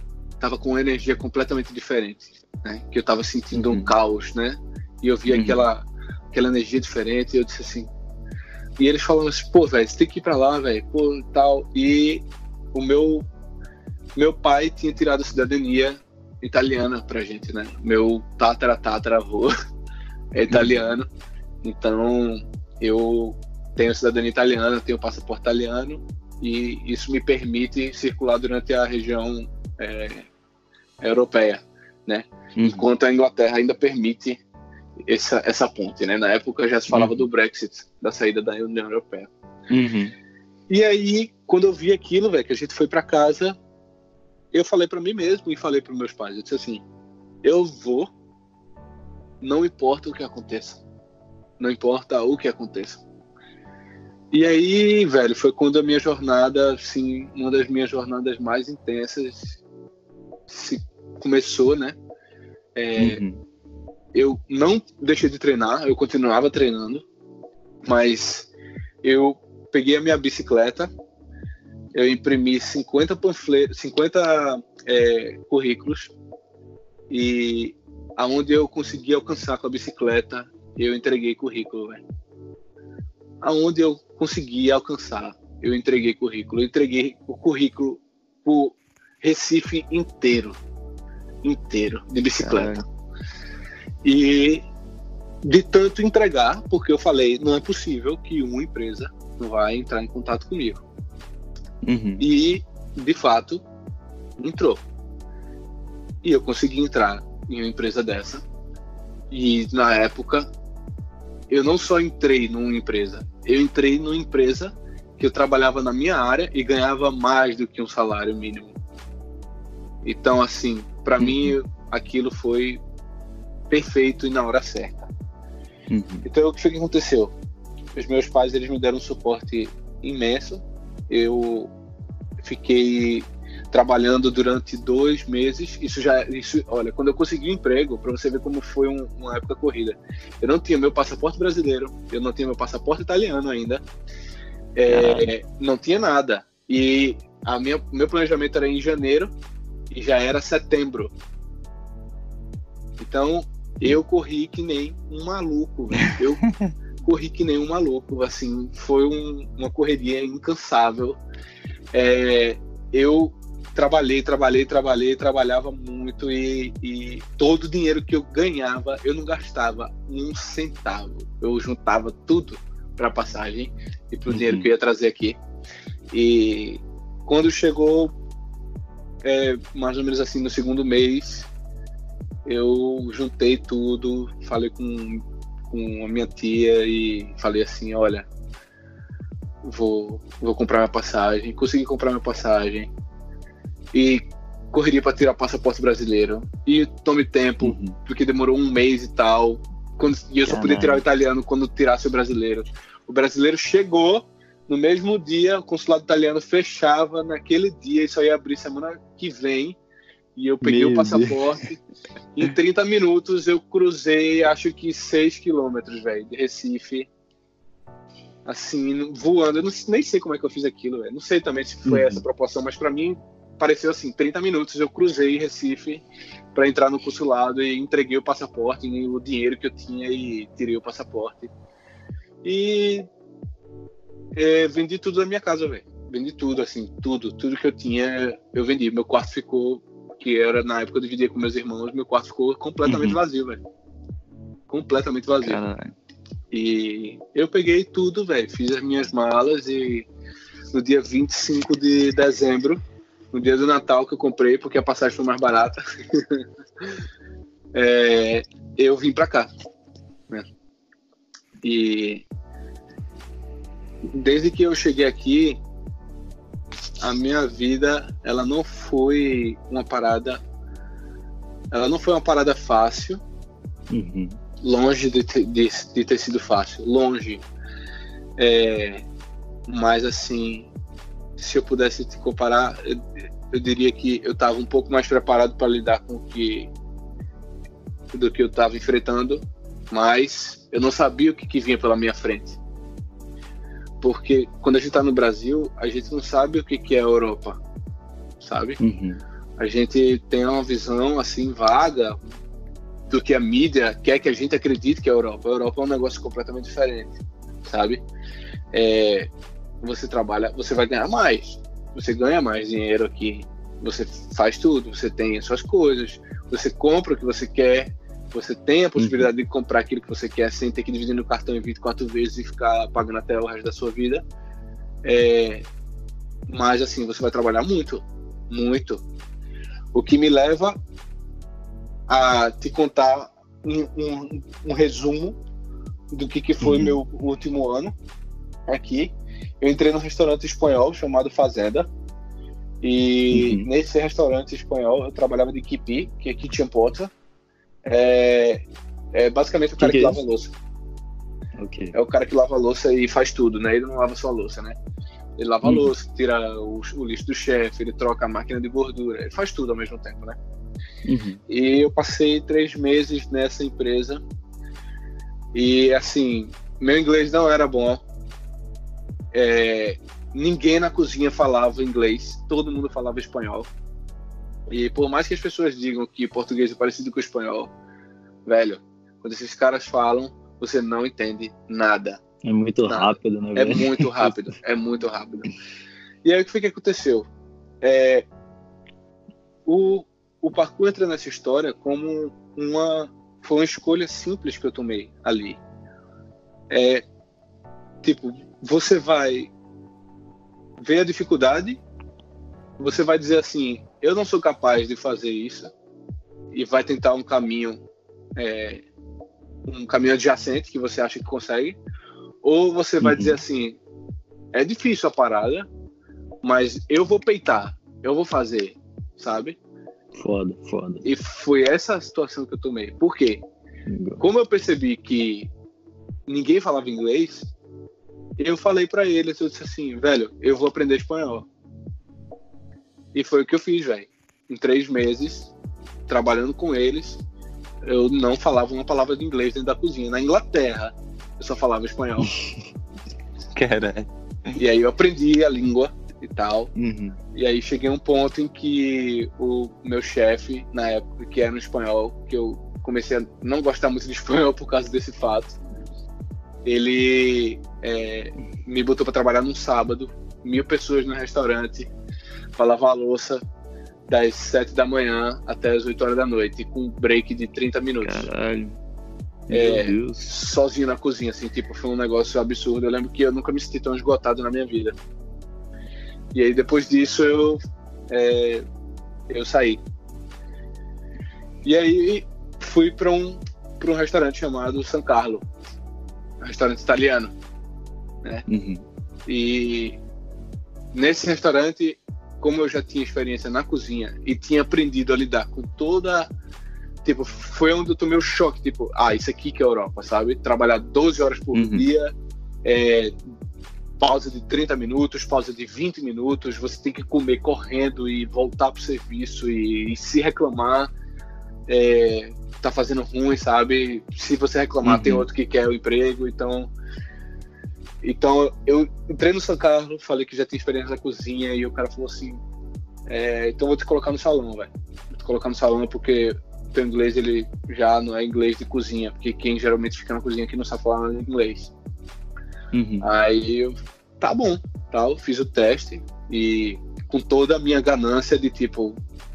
tava com uma energia completamente diferente, né? Que eu tava sentindo um caos, né? E eu via aquela energia diferente, e eu disse assim... E eles falando assim, pô, velho, você tem que ir pra lá, velho, pô, e tal. E o meu pai tinha tirado a cidadania italiana pra gente, né? Meu tataravô é italiano, então eu tenho cidadania italiana, tenho passaporte italiano, e isso me permite circular durante a região europeia, né? Enquanto a Inglaterra ainda permite essa ponte, né? Na época já se falava do Brexit, da saída da União Europeia. E aí, quando eu vi aquilo, velho, que a gente foi pra casa, eu falei pra mim mesmo e falei pros meus pais, eu disse assim, eu vou, não importa o que aconteça. Não importa o que aconteça. E aí, velho, foi quando a minha jornada, assim, uma das minhas jornadas mais intensas começou, né? Eu não deixei de treinar, eu continuava treinando, mas eu peguei a minha bicicleta, eu imprimi 50 currículos, e aonde eu consegui alcançar com a bicicleta, eu entreguei currículo, velho. Aonde eu consegui alcançar, eu entreguei currículo. Eu entreguei o currículo pro Recife inteiro de bicicleta. Caramba. E de tanto entregar, porque eu falei, não é possível que uma empresa não vai entrar em contato comigo. E, de fato, entrou. E eu consegui entrar em uma empresa dessa. E, na época, eu não só entrei numa empresa, eu entrei numa empresa que eu trabalhava na minha área e ganhava mais do que um salário mínimo. Então, assim, para mim, aquilo foi perfeito e na hora certa. Então, o que foi que aconteceu? Os meus pais, eles me deram um suporte imenso. Eu fiquei trabalhando durante 2 meses. Olha, quando eu consegui um emprego, para você ver como foi uma época corrida, eu não tinha meu passaporte brasileiro, eu não tinha meu passaporte italiano ainda, não tinha nada. E meu planejamento era em janeiro e já era setembro. Então eu corri que nem um maluco, eu corri que nem um maluco, assim, foi uma correria incansável. Eu trabalhava muito, e todo o dinheiro que eu ganhava, eu não gastava um centavo. Eu juntava tudo para passagem e para o dinheiro que eu ia trazer aqui. E quando chegou, mais ou menos assim, no segundo mês, eu juntei tudo, falei com a minha tia e falei assim, olha, vou comprar minha passagem. Consegui comprar minha passagem e correria para tirar passaporte brasileiro, e tome tempo, porque demorou 1 mês e tal, e eu só podia tirar o italiano quando tirasse o brasileiro. O brasileiro chegou no mesmo dia, o consulado italiano fechava naquele dia e só ia abrir semana que vem. E eu peguei o passaporte. Em 30 minutos eu cruzei, acho que 6 quilômetros, velho, de Recife. Assim, voando. Eu nem sei como é que eu fiz aquilo, velho. Não sei também se foi essa proporção, mas pra mim pareceu assim, 30 minutos eu cruzei Recife pra entrar no consulado e entreguei o passaporte e o dinheiro que eu tinha e tirei o passaporte. E vendi tudo da minha casa, velho. Vendi tudo, assim, tudo que eu tinha, eu vendi. Meu quarto ficou, que era na época eu dividia com meus irmãos, meu quarto ficou completamente vazio, velho. Completamente vazio. Caralho. E eu peguei tudo, velho, fiz as minhas malas, e no dia 25 de dezembro, no dia do Natal que eu comprei, porque a passagem foi mais barata, eu vim pra cá, né? E desde que eu cheguei aqui, a minha vida, ela não foi uma parada fácil, longe de ter sido fácil, longe. Mas assim, se eu pudesse te comparar, eu diria que eu estava um pouco mais preparado para lidar com do que eu estava enfrentando, mas eu não sabia o que vinha pela minha frente. Porque quando a gente está no Brasil, a gente não sabe o que é a Europa, sabe? A gente tem uma visão assim vaga do que a mídia quer que a gente acredite que é a Europa. A Europa é um negócio completamente diferente, sabe? Você trabalha, você vai ganhar mais, você ganha mais dinheiro aqui, você faz tudo, você tem as suas coisas, você compra o que você quer, você tem a possibilidade de comprar aquilo que você quer sem ter que dividir no cartão em 24 vezes e ficar pagando até o resto da sua vida. Mas assim, você vai trabalhar muito, muito. O que me leva a te contar um resumo do que foi meu último ano aqui. Eu entrei num restaurante espanhol chamado Fazenda, e nesse restaurante espanhol eu trabalhava de quipi, que é kitchen porter. É basicamente o cara que lava a louça. Okay. É o cara que lava a louça e faz tudo, né? Ele não lava só a louça, né? Ele lava a louça, tira o lixo do chefe, ele troca a máquina de gordura, ele faz tudo ao mesmo tempo, né? E eu passei 3 meses nessa empresa e, assim, meu inglês não era bom. Ninguém na cozinha falava inglês, todo mundo falava espanhol. E por mais que as pessoas digam que português é parecido com o espanhol, velho, quando esses caras falam, você não entende nada. É muito rápido, né? É muito rápido, é muito rápido. E aí o que foi que aconteceu? O parkour entra nessa história como foi uma escolha simples que eu tomei ali. Tipo, você vai ver a dificuldade, você vai dizer assim, eu não sou capaz de fazer isso, e vai tentar um caminho adjacente que você acha que consegue, ou você vai dizer assim, é difícil a parada, mas eu vou peitar, eu vou fazer, sabe? Foda. E foi essa a situação que eu tomei. Por quê? Como eu percebi que ninguém falava inglês, eu falei pra eles, eu disse assim, velho, eu vou aprender espanhol. E foi o que eu fiz, velho. Em 3 meses, trabalhando com eles, eu não falava uma palavra de inglês dentro da cozinha. Na Inglaterra, eu só falava espanhol. Caralho. E aí eu aprendi a língua e tal. E aí cheguei a um ponto em que o meu chefe, na época, que era no espanhol, que eu comecei a não gostar muito de espanhol por causa desse fato, ele me botou para trabalhar num sábado, 1.000 pessoas no restaurante, falava a louça das 7 da manhã até as 8 horas da noite, com um break de 30 minutos. Caralho. Meu Deus. Sozinho na cozinha, assim, tipo, foi um negócio absurdo. Eu lembro que eu nunca me senti tão esgotado na minha vida. E aí depois disso eu saí. E aí fui para um restaurante chamado San Carlo, um restaurante italiano, né? E nesse restaurante, como eu já tinha experiência na cozinha e tinha aprendido a lidar com toda, tipo, foi onde eu tomei o choque, tipo, isso aqui que é a Europa, sabe? Trabalhar 12 horas por dia, pausa de 30 minutos, pausa de 20 minutos, você tem que comer correndo e voltar pro serviço e se reclamar, tá fazendo ruim, sabe? Se você reclamar, tem outro que quer o emprego, então eu entrei no San Carlo, falei que já tinha experiência na cozinha e o cara falou assim, então vou te colocar no salão, velho. Vou te colocar no salão porque teu inglês, ele já não é inglês de cozinha, porque quem geralmente fica na cozinha aqui não sabe falar inglês. Aí eu, tá bom, tal, fiz o teste e com toda a minha ganância de tipo,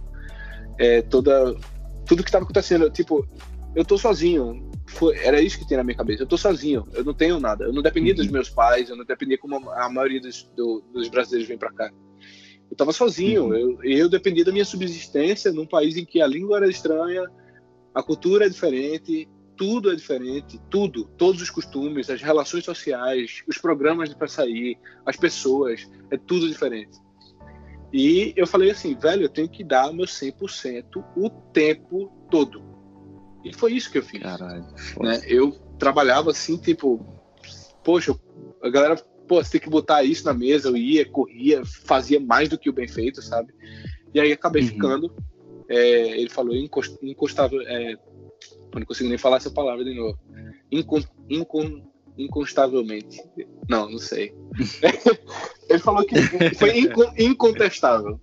tudo que estava acontecendo, tipo, eu tô sozinho, era isso que tinha na minha cabeça, eu tô sozinho, eu não tenho nada, eu não dependia dos meus pais, eu não dependia como a maioria dos brasileiros vem pra cá. Eu tava sozinho, eu dependia da minha subsistência num país em que a língua era estranha, a cultura é diferente, tudo é diferente, todos os costumes, as relações sociais, os programas para sair, as pessoas, é tudo diferente. E eu falei assim, velho, eu tenho que dar meu 100% o tempo todo. E foi isso que eu fiz. Caralho, né? Eu trabalhava assim, tipo, poxa, a galera, você tem que botar isso na mesa, eu ia, corria, fazia mais do que o bem feito, sabe? E aí acabei ficando, ele falou inconstável, eu não consigo nem falar essa palavra de novo. Inconstavelmente. Não sei. Ele falou que foi incontestável.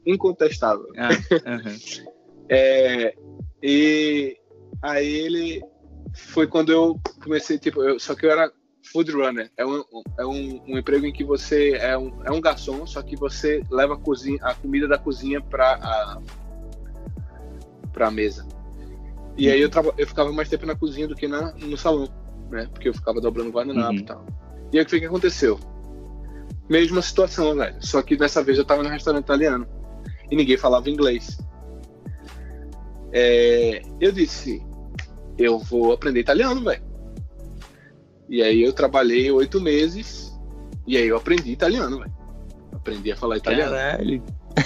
E aí ele foi quando eu comecei, tipo, só que eu era food runner. É um emprego em que você é um garçom, só que você leva a comida da cozinha pra mesa. E aí eu ficava mais tempo na cozinha do que no salão, né? Porque eu ficava dobrando guardanapo e tal. E aí o que aconteceu? Mesma situação, velho. Só que dessa vez eu tava no restaurante italiano e ninguém falava inglês. Eu disse, eu vou aprender italiano, velho. E aí eu trabalhei 8 meses e aí eu aprendi italiano, velho. Aprendi a falar italiano. Caralho.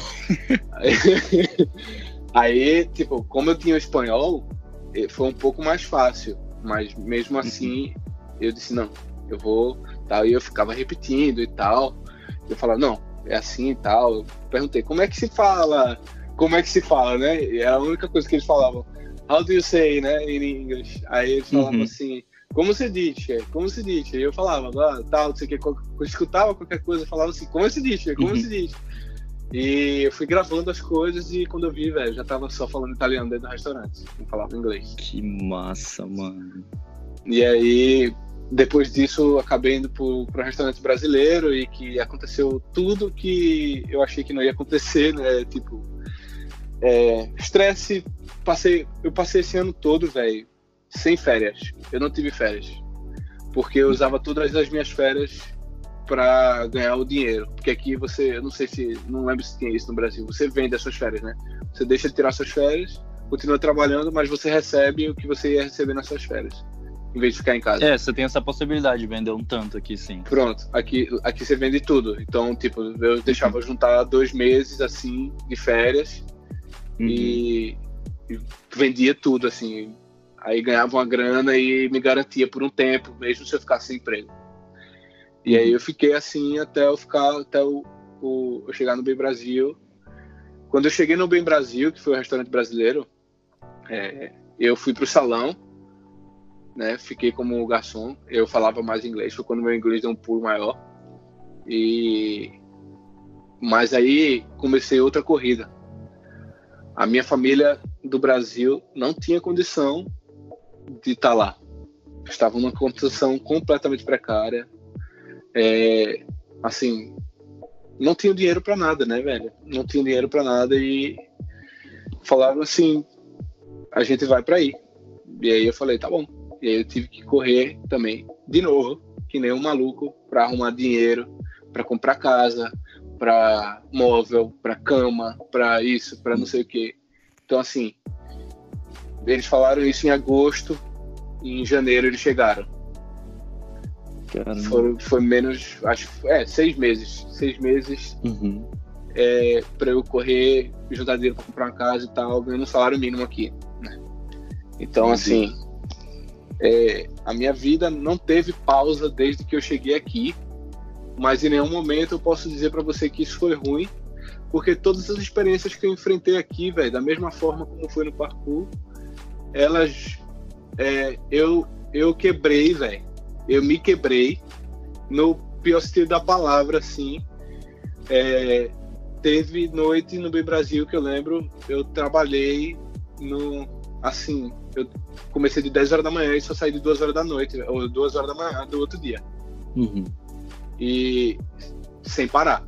Aí, tipo, como eu tinha o espanhol, foi um pouco mais fácil. Mas mesmo assim, eu disse, não, eu vou... Tal, e eu ficava repetindo e tal. Eu falava, não, é assim e tal. Eu perguntei, como é que se fala, né? E era a única coisa que eles falavam. How do you say, né, in English? Aí eles falavam assim, como se diz? E eu falava, tal, não sei o que. Quando eu escutava qualquer coisa, eu falava assim, como se diz? E eu fui gravando as coisas e quando eu vi, velho, já tava só falando italiano dentro do restaurante. Não falava inglês. Que massa, mano. E aí... Depois disso, acabei indo pro restaurante brasileiro e que aconteceu tudo que eu achei que não ia acontecer, né? Tipo, estresse. Eu passei esse ano todo, velho, sem férias. Eu não tive férias. Porque eu usava todas as minhas férias pra ganhar o dinheiro. Porque aqui eu não lembro se tinha isso no Brasil, você vende as suas férias, né? Você deixa de tirar suas férias, continua trabalhando, mas você recebe o que você ia receber nas suas férias. Em vez de ficar em casa. Você tem essa possibilidade de vender um tanto aqui, sim. Pronto, aqui você vende tudo. Então, tipo, eu deixava juntar 2 meses, assim, de férias e vendia tudo, assim. Aí ganhava uma grana e me garantia por um tempo, mesmo se eu ficasse sem emprego. E aí eu fiquei assim até eu chegar no Bem Brasil. Quando eu cheguei no Bem Brasil, que foi o restaurante brasileiro, eu fui pro salão, né? Fiquei como garçom. Eu falava mais inglês, foi quando meu inglês deu um pulo maior. Mas aí comecei outra corrida. A minha família do Brasil não tinha condição de estar lá. Estavam numa condição completamente precária. Assim, não tinha dinheiro para nada, né, velho? Não tinha dinheiro para nada e falaram assim, a gente vai para aí. E aí eu falei, tá bom. E aí eu tive que correr também, de novo, que nem um maluco, para arrumar dinheiro, para comprar casa, para móvel, para cama, para isso, para não sei o quê. Então, assim, eles falaram isso em agosto e em janeiro eles chegaram. Foi menos, acho, 6 meses. 6 meses para eu correr, juntar dinheiro para comprar uma casa e tal, ganhando um salário mínimo aqui, né? Então, assim... a minha vida não teve pausa desde que eu cheguei aqui, mas em nenhum momento eu posso dizer para você que isso foi ruim, porque todas as experiências que eu enfrentei aqui, velho, da mesma forma como foi no parkour, elas eu quebrei, velho, eu me quebrei no pior sentido da palavra, assim. Teve noite no Bem Brasil que eu lembro, eu trabalhei assim, eu comecei de 10 horas da manhã e só saí de 2 horas da noite, ou 2 horas da manhã do outro dia. E sem parar.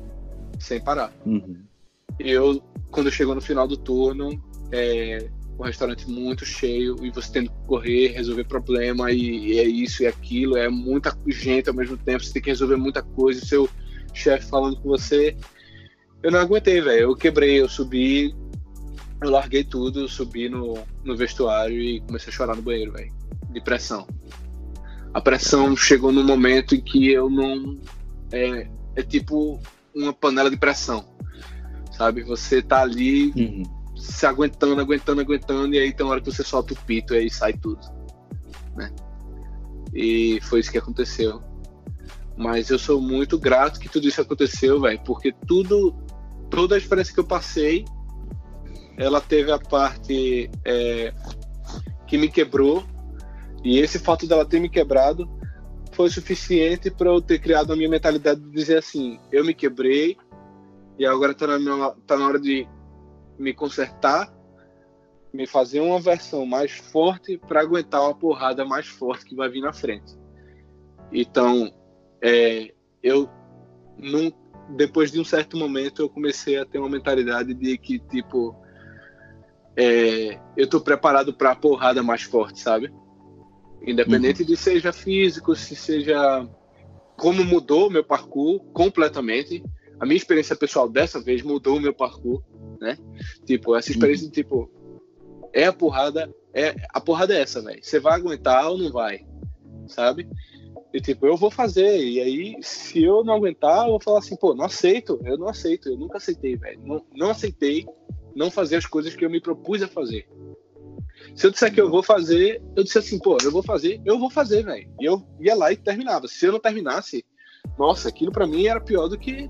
Quando chegou no final do turno, o restaurante muito cheio e você tendo que correr, resolver problema e é isso e aquilo, é muita gente ao mesmo tempo, você tem que resolver muita coisa, o seu chefe falando com você. Eu não aguentei, velho, eu quebrei, eu subi, eu larguei tudo, subi no vestuário e comecei a chorar no banheiro, velho, de pressão. A pressão chegou num momento em que eu não... É tipo uma panela de pressão, sabe? Você tá ali se aguentando, e aí tem uma hora que você solta o pito e aí sai tudo, né? E foi isso que aconteceu. Mas eu sou muito grato que tudo isso aconteceu, velho, porque toda a experiência que eu passei, ela teve a parte que me quebrou, e esse fato dela ter me quebrado foi suficiente para eu ter criado a minha mentalidade de dizer assim, eu me quebrei e agora tá na hora de me consertar, me fazer uma versão mais forte para aguentar uma porrada mais forte que vai vir na frente. Então, eu não, depois de um certo momento eu comecei a ter uma mentalidade de que, tipo, eu tô preparado para a porrada mais forte, sabe? Independente de seja físico, se seja como mudou o meu parkour completamente. A minha experiência pessoal dessa vez mudou o meu parkour, né? Tipo, essa experiência de tipo, a porrada é essa, velho. Você vai aguentar ou não vai, sabe? E tipo, eu vou fazer. E aí, se eu não aguentar, eu vou falar assim, pô, não aceito. Eu nunca aceitei, velho. Não aceitei não fazer as coisas que eu me propus a fazer. Se eu disser que eu vou fazer, eu disse assim, pô, eu vou fazer, velho. E eu ia lá e terminava. Se eu não terminasse, nossa, aquilo pra mim era pior do que...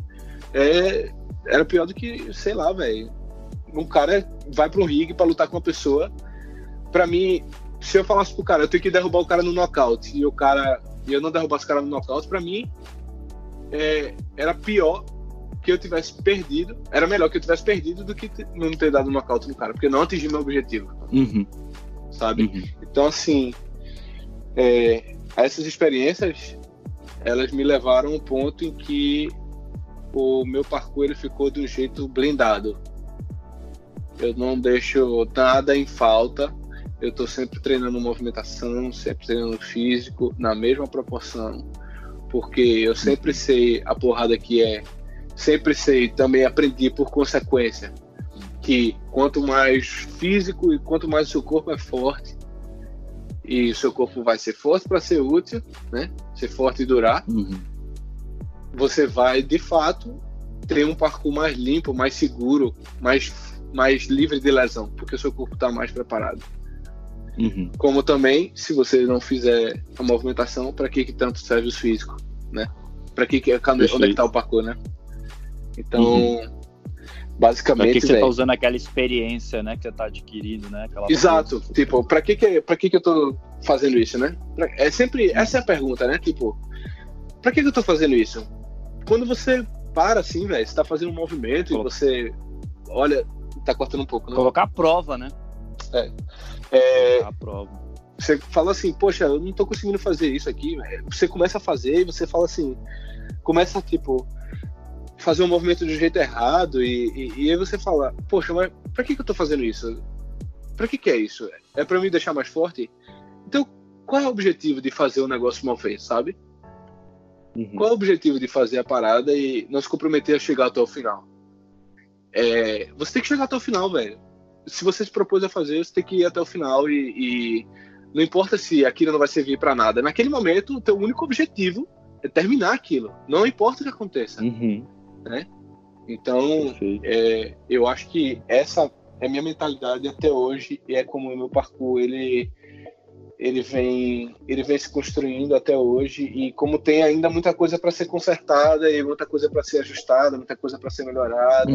Era pior do que, sei lá, velho. Um cara vai pra um ringue pra lutar com uma pessoa. Pra mim, se eu falasse pro cara, eu tenho que derrubar o cara no nocaute, e eu não derrubasse o cara no nocaute, pra mim, era pior que eu tivesse perdido. Era melhor que eu tivesse perdido do que não ter dado nocaute no cara, porque eu não atingi meu objetivo. Sabe? Então, assim, essas experiências, elas me levaram a um ponto em que o meu parkour ele ficou de um jeito blindado. Eu não deixo nada em falta. Eu tô sempre treinando movimentação, sempre treinando físico, na mesma proporção, porque eu sempre sei a porrada que sempre sei, também aprendi por consequência, que quanto mais físico e quanto mais o seu corpo é forte, e o seu corpo vai ser forte para ser útil, né? Ser forte e durar, você vai, de fato, ter um parkour mais limpo, mais seguro, mais livre de lesão, porque o seu corpo está mais preparado. Como também, se você não fizer a movimentação, para que tanto serve o físico, né? Para que onde é que está o parkour, né? Então, basicamente, pra que você tá usando aquela experiência, né, que você tá adquirindo, né? Exato. Tipo, pra que eu tô fazendo isso, né? Essa é a pergunta, né? Tipo, pra que eu tô fazendo isso? Quando você para assim, velho, você tá fazendo um movimento e você olha, tá cortando um pouco, né? Colocar a prova, né? Colocar a prova. Você fala assim, poxa, eu não tô conseguindo fazer isso aqui, véio. Você começa a fazer e você fala assim, começa, tipo, fazer um movimento de um jeito errado e aí você fala, poxa, mas pra que eu tô fazendo isso? Pra que é isso? É pra me deixar mais forte? Então, qual é o objetivo de fazer o negócio mal feito, sabe? Qual é o objetivo de fazer a parada e não se comprometer a chegar até o final? Você tem que chegar até o final, velho. Se você se propôs a fazer, você tem que ir até o final e não importa se aquilo não vai servir pra nada. Naquele momento, o teu único objetivo é terminar aquilo. Não importa o que aconteça. Né? Então, eu acho que essa é a minha mentalidade até hoje e é como o meu parkour ele vem se construindo até hoje e como tem ainda muita coisa para ser consertada e muita coisa para ser ajustada, muita coisa para ser melhorada,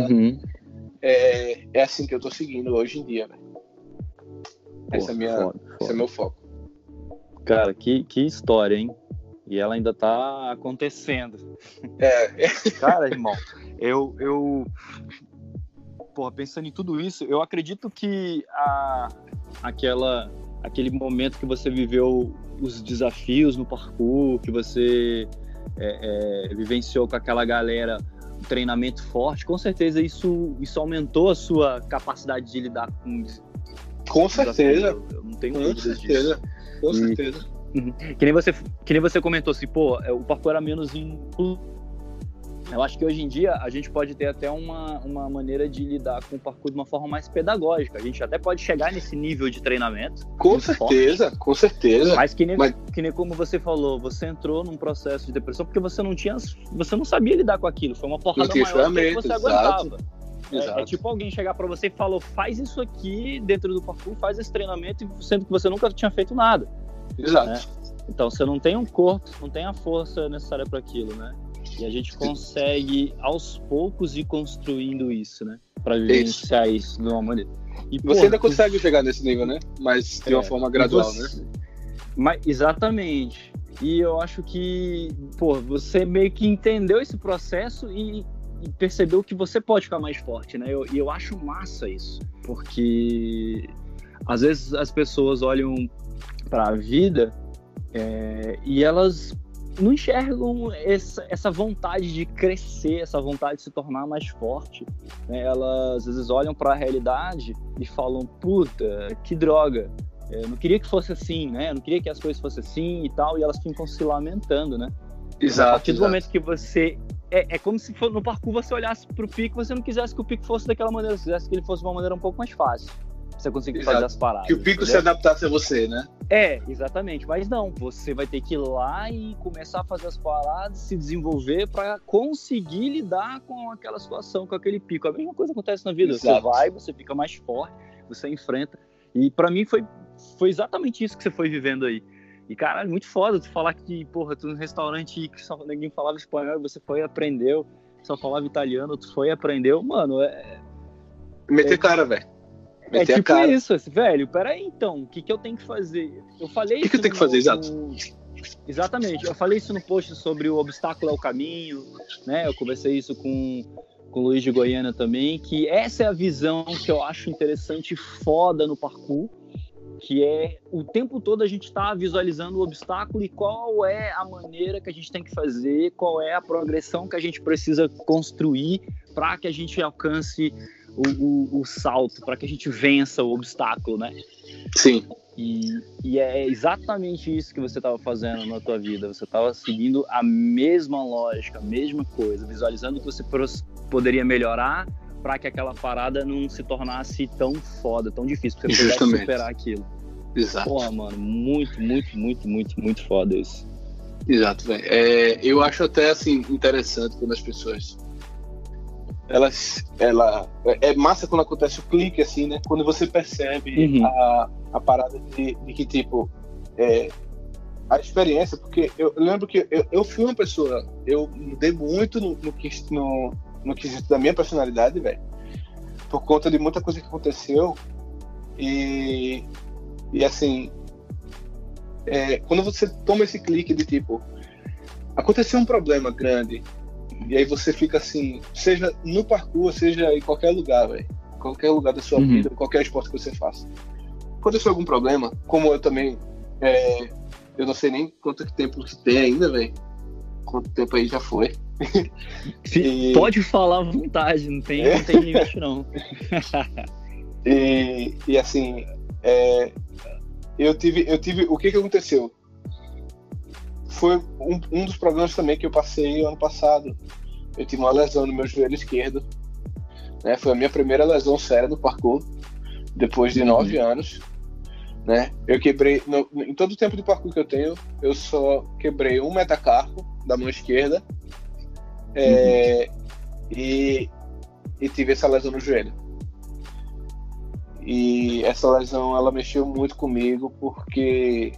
é assim que eu tô seguindo hoje em dia, né? Esse é meu foco. Cara, que história, hein? E ela ainda tá acontecendo. Cara, irmão, porra, pensando em tudo isso, eu acredito que aquele momento que você viveu os desafios no parkour, que você vivenciou com aquela galera, um treinamento forte, com certeza isso aumentou a sua capacidade de lidar com certeza. Eu não tenho dúvidas disso. Com certeza. Que nem você comentou assim, pô, o parkour era menos eu acho que hoje em dia a gente pode ter até uma maneira de lidar com o parkour de uma forma mais pedagógica. A gente até pode chegar nesse nível de treinamento. Com certeza. Mas que nem como você falou, você entrou num processo de depressão porque você não sabia lidar com aquilo. Foi uma porrada maior que você aguentava. É tipo alguém chegar pra você e falou, faz isso aqui dentro do parkour, faz esse treinamento, sendo que você nunca tinha feito nada. Exato. Né? Então você não tem um corpo, não tem a força necessária para aquilo, né? E a gente consegue aos poucos ir construindo isso, né? Para vivenciar isso de uma maneira. E você ainda consegue chegar nesse nível, né? Mas de uma forma gradual, né? Mas, exatamente. E eu acho que, você meio que entendeu esse processo e percebeu que você pode ficar mais forte, né? E eu acho massa isso, porque às vezes as pessoas olham para a vida e elas não enxergam essa vontade de crescer, essa vontade de se tornar mais forte, né? Elas às vezes olham para a realidade e falam, puta, que droga, eu não queria que fosse assim, né? Eu não queria que as coisas fossem assim e tal, e elas ficam se lamentando, né? Exato. A partir do momento que você... É como se no parkour você olhasse pro pico, você não quisesse que o pico fosse daquela maneira, você quisesse que ele fosse de uma maneira um pouco mais fácil, pra você conseguir fazer as paradas. Que o pico, entendeu? Se adaptasse a você, né? Exatamente, mas não, você vai ter que ir lá e começar a fazer as paradas, se desenvolver pra conseguir lidar com aquela situação, com aquele pico. A mesma coisa acontece na vida. Exato. Você vai, você fica mais forte, você enfrenta, e pra mim foi exatamente isso que você foi vivendo aí. E, cara, é muito foda tu falar que, tu no restaurante que só ninguém falava espanhol, você foi e aprendeu, só falava italiano, tu foi e aprendeu, mano, Meter cara, velho. Meter tipo cara. Isso, velho, peraí então, o que eu tenho que fazer? Eu falei isso. O que eu tenho que fazer, exato? Exatamente, eu falei isso no post sobre o obstáculo é o caminho, né, eu conversei isso com o Luiz de Goiânia também, que essa é a visão que eu acho interessante e foda no parkour, que é o tempo todo a gente tá visualizando o obstáculo e qual é a maneira que a gente tem que fazer, qual é a progressão que a gente precisa construir para que a gente alcance o salto, para que a gente vença o obstáculo, né? Sim. E é exatamente isso que você estava fazendo na tua vida, você estava seguindo a mesma lógica, a mesma coisa, visualizando que você poderia melhorar para que aquela parada não se tornasse tão foda, tão difícil, pra você pudesse superar aquilo. Exato. Porra, mano, muito, muito, muito, muito, muito foda isso. Exato, velho. Eu acho até, assim, interessante quando as pessoas... É massa quando acontece o clique, assim, né? Quando você percebe a parada de que, tipo... a experiência, porque eu lembro que eu fui uma pessoa... Eu mudei muito no quesito da minha personalidade, velho, por conta de muita coisa que aconteceu e assim, quando você toma esse clique de tipo, aconteceu um problema grande e aí você fica assim, seja no parkour, seja em qualquer lugar, velho, qualquer lugar da sua vida, qualquer esporte que você faça, aconteceu algum problema, como eu também eu não sei nem quanto tempo que tem ainda, velho, quanto tempo aí já foi. Pode falar à vontade, não tem limite não. e assim, eu tive o que aconteceu foi um dos problemas também que eu passei ano passado. Eu tive uma lesão no meu joelho esquerdo, né? Foi a minha primeira lesão séria no parkour depois de 9 anos, né? Eu quebrei em todo o tempo de parkour que eu tenho, eu só quebrei um metacarpo da mão esquerda. E tive essa lesão no joelho. E essa lesão, ela mexeu muito comigo porque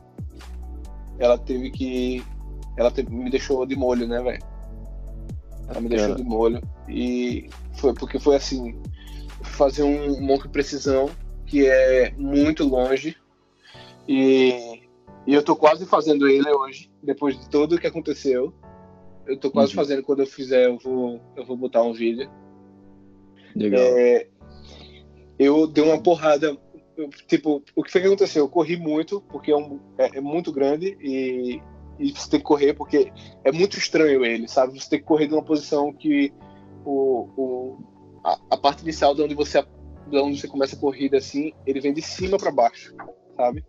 me deixou de molho, né, velho? Ela me deixou de molho. E foi assim, fazer um monk precisão que é muito longe e eu tô quase fazendo ele hoje, depois de tudo o que aconteceu. Eu tô quase fazendo, quando eu fizer eu vou botar um vídeo. Legal. Eu dei uma porrada, tipo, o que foi que aconteceu? Eu corri muito, porque é muito grande e você tem que correr porque é muito estranho ele, sabe? Você tem que correr de uma posição que a parte inicial de onde você começa a corrida, assim, ele vem de cima para baixo, sabe?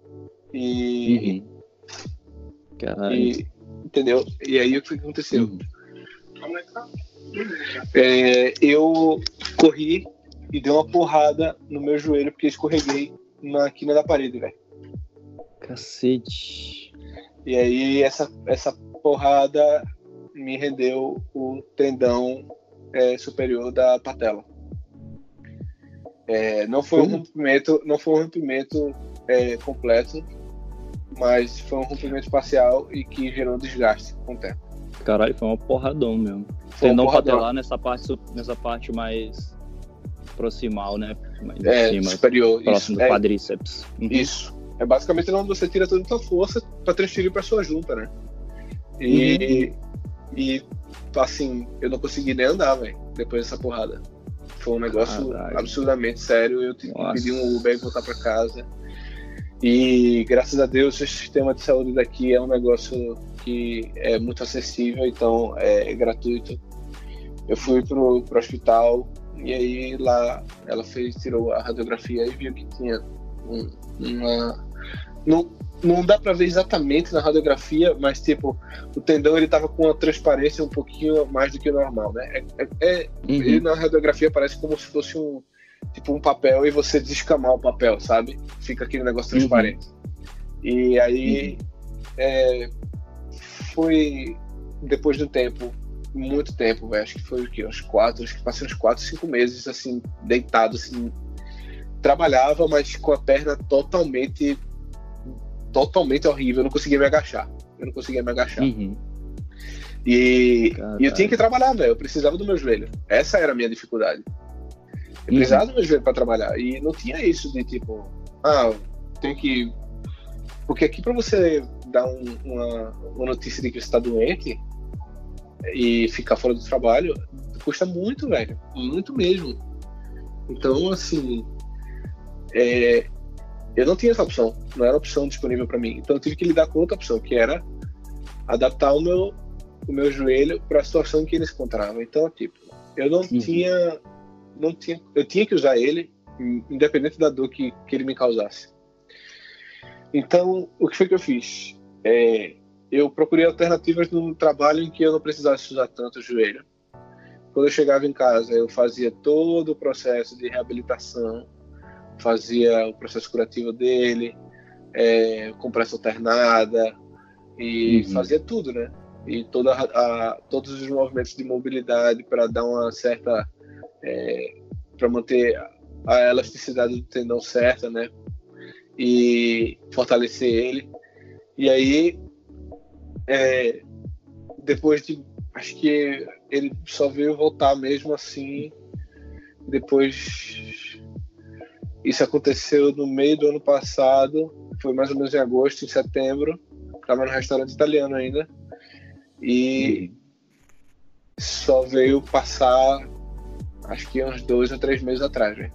Caralho. Entendeu? E aí o que aconteceu? Eu corri e dei uma porrada no meu joelho porque escorreguei na quina da parede, velho. Cacete. E aí essa porrada me rendeu o tendão superior da patela. Não foi um rompimento completo, mas foi um rompimento parcial e que gerou desgaste com o tempo. Caralho, foi uma porradão mesmo. Tendão patelar nessa parte mais proximal, né? Mais cima, superior. Próximo do quadríceps. Isso. É basicamente onde você tira toda a sua força para transferir para sua junta, né? E assim, eu não consegui nem andar, velho, depois dessa porrada. Foi um negócio absurdamente sério. Eu tive que pedir um Uber e voltar pra casa. E graças a Deus o sistema de saúde daqui é um negócio que é muito acessível, então é gratuito. Eu fui pro hospital e aí lá ela tirou a radiografia e viu que tinha não dá pra ver exatamente na radiografia, mas tipo, o tendão ele tava com uma transparência um pouquinho mais do que o normal, né? Ele na radiografia parece como se fosse um papel e você descamar o papel, sabe? Fica aquele negócio transparente. E aí foi depois de um tempo, muito tempo, véio, acho que foi o quê? Acho que passei uns 4, 5 meses assim, deitado, assim, trabalhava, mas com a perna totalmente horrível, eu não conseguia me agachar. E eu tinha que trabalhar, velho, eu precisava do meu joelho. Essa era a minha dificuldade. Eu precisava do meu joelho para trabalhar. E não tinha isso de tipo, tem que... Porque aqui para você dar uma notícia de que você está doente e ficar fora do trabalho, custa muito, velho. Muito mesmo. Então, assim... eu não tinha essa opção. Não era opção disponível para mim. Então eu tive que lidar com outra opção, que era adaptar o meu joelho para a situação em que ele se encontrava. Então, tipo, eu não tinha... eu tinha que usar ele, independente da dor que ele me causasse. Então, o que foi que eu fiz? Eu procurei alternativas no trabalho em que eu não precisasse usar tanto o joelho. Quando eu chegava em casa, eu fazia todo o processo de reabilitação, fazia o processo curativo dele, compressão alternada, e fazia tudo, né? E todos os movimentos de mobilidade para dar uma certa... para manter a elasticidade do tendão certa, né? E fortalecer ele. E aí, depois de... Acho que ele só veio voltar mesmo assim, depois... Isso aconteceu no meio do ano passado, foi mais ou menos em agosto, em setembro. Estava no restaurante italiano ainda. E só veio passar... Acho que uns 2 ou 3 meses atrás, velho.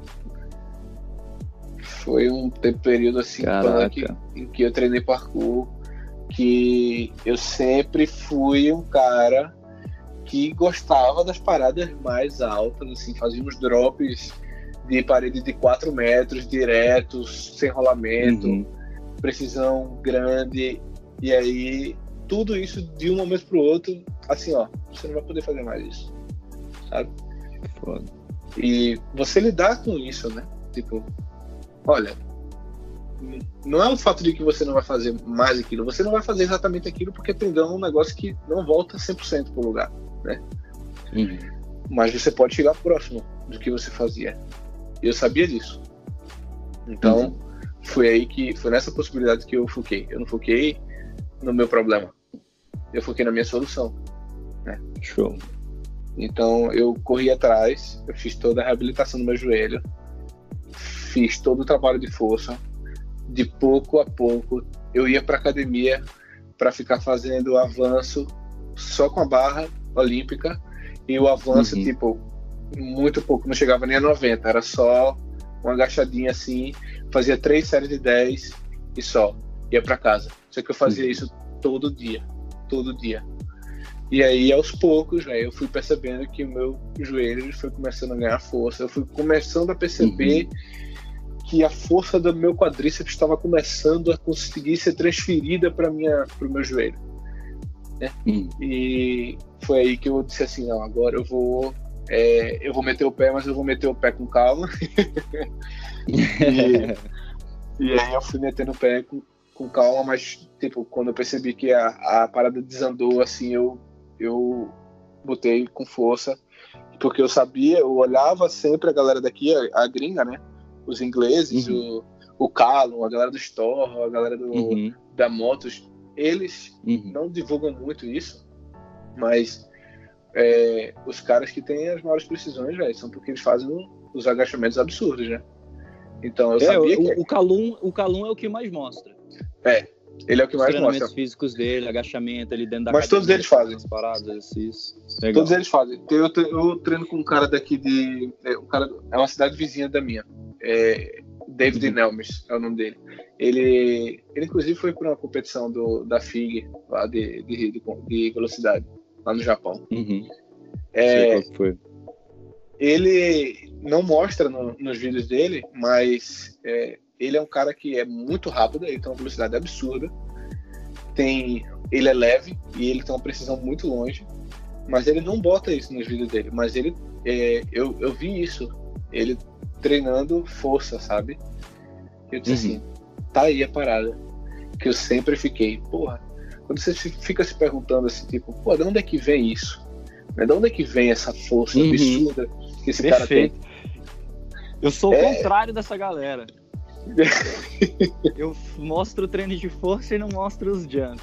Foi um período assim em que eu treinei parkour, que eu sempre fui um cara que gostava das paradas mais altas, assim, fazia uns drops de parede de 4 metros diretos, sem rolamento, precisão grande, e aí tudo isso de um momento pro outro, assim, ó, você não vai poder fazer mais isso, sabe? Foda. E você lidar com isso, né? Tipo, olha, não é o fato de que você não vai fazer mais aquilo, você não vai fazer exatamente aquilo porque tendão é um negócio que não volta 100% pro lugar, né? Mas você pode chegar próximo do que você fazia. E eu sabia disso. Então, foi nessa possibilidade que eu foquei. Eu não foquei no meu problema. Eu foquei na minha solução, né? Show. Então eu corri atrás, eu fiz toda a reabilitação do meu joelho, fiz todo o trabalho de força, de pouco a pouco eu ia para academia para ficar fazendo avanço só com a barra olímpica, e o avanço tipo muito pouco, não chegava nem a 90, era só uma agachadinha assim, fazia 3 séries de 10 e só ia para casa. Só que eu fazia isso todo dia. E aí, aos poucos, eu fui percebendo que o meu joelho foi começando a ganhar força. Eu fui começando a perceber que a força do meu quadríceps estava começando a conseguir ser transferida para o meu joelho, né? E foi aí que eu disse assim, não, agora eu vou meter o pé, mas eu vou meter o pé com calma. e aí eu fui metendo o pé com calma, mas tipo, quando eu percebi que a parada desandou, assim, eu botei com força, porque eu sabia, eu olhava sempre a galera daqui, a gringa, né? Os ingleses, o Callum, a galera do Store, a galera da Motos, eles não divulgam muito isso, mas os caras que têm as maiores precisões, velho, são porque eles fazem os agachamentos absurdos, né? Então eu sabia que... O Callum é o que mais mostra. Ele é o que Os mais treinamentos mostra. físicos dele, agachamento, ele dentro da Mas todos eles fazem. as paradas, exercícios. Legal. Todos eles fazem. Eu treino com um cara daqui de... é uma cidade vizinha da minha. David Nelmes é o nome dele. Ele inclusive foi para uma competição da FIG, lá de velocidade, lá no Japão. Sei qual que foi. Ele não mostra nos vídeos dele, mas ele é um cara que é muito rápido, ele tem uma velocidade absurda, ele é leve e ele tem uma precisão muito longe, mas ele não bota isso nos vídeos dele. Mas eu vi isso, ele treinando força, sabe? Eu disse assim, tá aí a parada que eu sempre fiquei, porra, quando você fica se perguntando assim, tipo, pô, de onde é que vem isso? De onde é que vem essa força absurda que esse cara tem? Eu sou o contrário dessa galera. Eu mostro o treino de força e não mostro os jumps.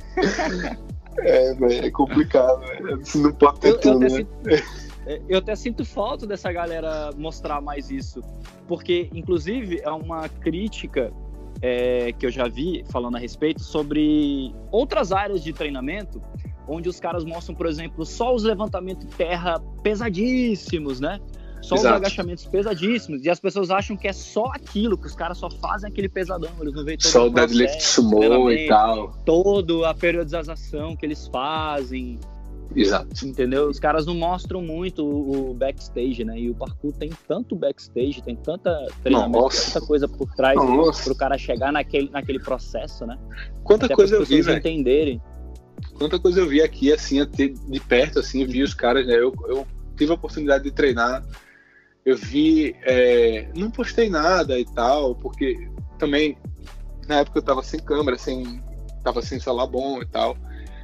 É complicado, você não pode ter tudo, né? Eu até sinto falta dessa galera mostrar mais isso, porque inclusive é uma crítica que eu já vi falando a respeito sobre outras áreas de treinamento, onde os caras mostram, por exemplo, só os levantamentos terra pesadíssimos, né? Só Exato. Os agachamentos pesadíssimos, e as pessoas acham que é só aquilo, que os caras só fazem aquele pesadão, eles não veem todo só o deadlift sumo e tal, toda a periodização que eles fazem. Exato. Entendeu? Os caras não mostram muito o backstage, né? E o parkour tem tanto backstage, tem tanta treinamento, tanta coisa por trás pro cara chegar naquele processo, né? Quanta até coisa eu vi, velho. Entenderem. Quanta coisa eu vi aqui, assim, até de perto, assim, vi os caras, né? Eu tive a oportunidade de treinar, eu vi, não postei nada e tal, porque também, na época eu tava sem câmera, tava sem celular bom e tal,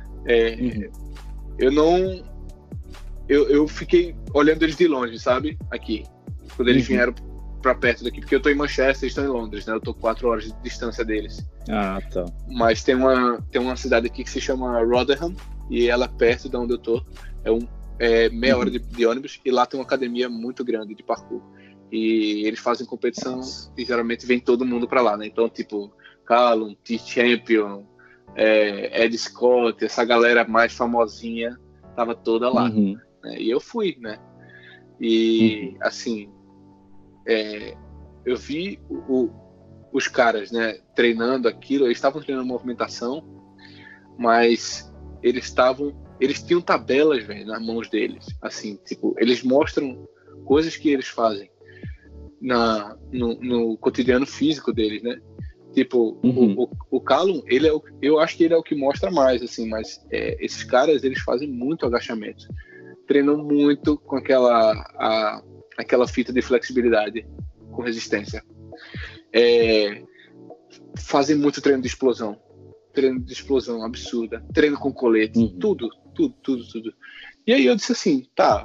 eu fiquei olhando eles de longe, sabe? Aqui, quando eles vieram pra perto daqui, porque eu tô em Manchester, eles estão em Londres, né? Eu tô 4 horas de distância deles. Ah, tá. Mas tem uma cidade aqui que se chama Rotherham, e ela é perto de onde eu tô, meia hora de ônibus, e lá tem uma academia muito grande de parkour. E eles fazem competição e geralmente vem todo mundo pra lá, né? Então, tipo, Callum, T-Champion, Ed Scott, essa galera mais famosinha tava toda lá, né? E eu fui, né? E assim, eu vi os caras, né, treinando aquilo. Eles estavam treinando movimentação, mas eles tinham tabelas, velho, nas mãos deles, assim, tipo, eles mostram coisas que eles fazem no cotidiano físico deles, né? Tipo, o Callum, eu acho que ele é o que mostra mais, assim, mas esses caras, eles fazem muito agachamento, treinam muito com aquela fita de flexibilidade com resistência, fazem muito treino de explosão absurda, treino com colete, tudo. E aí eu disse assim, tá,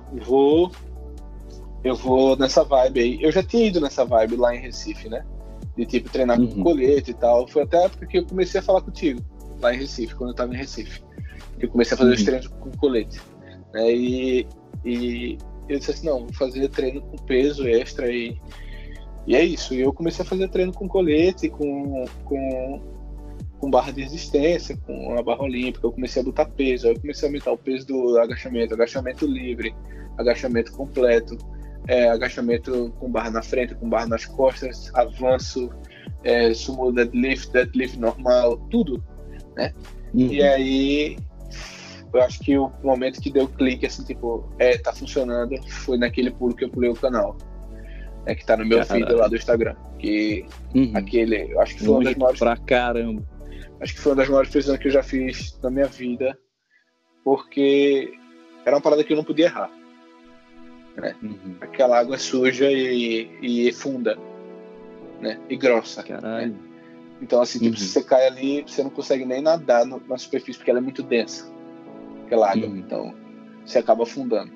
eu vou nessa vibe aí. Eu já tinha ido nessa vibe lá em Recife, né? De tipo treinar com colete e tal. Foi até a época que eu comecei a falar contigo, lá em Recife, quando eu tava em Recife. Eu comecei a fazer os treinos com colete, né? E eu disse assim, não, vou fazer treino com peso extra e é isso. E eu comecei a fazer treino com colete, com barra de resistência, com a barra olímpica. Eu comecei a botar peso, aí eu comecei a aumentar o peso do agachamento livre, agachamento completo, agachamento com barra na frente, com barra nas costas, avanço, sumo deadlift normal, tudo, né? E aí eu acho que o momento que deu clique, assim, tipo, tá funcionando, foi naquele pulo que eu pulei o canal, né, que tá no meu feed lá do Instagram, que aquele, eu acho que foi uma das maiores... pra caramba. Acho que foi uma das maiores decisões que eu já fiz na minha vida, porque era uma parada que eu não podia errar, né? Aquela água é suja e funda, né? E grossa. Caralho. Né? Então, assim, tipo, se você cai ali, você não consegue nem nadar na superfície, porque ela é muito densa, aquela água. Então, você acaba afundando.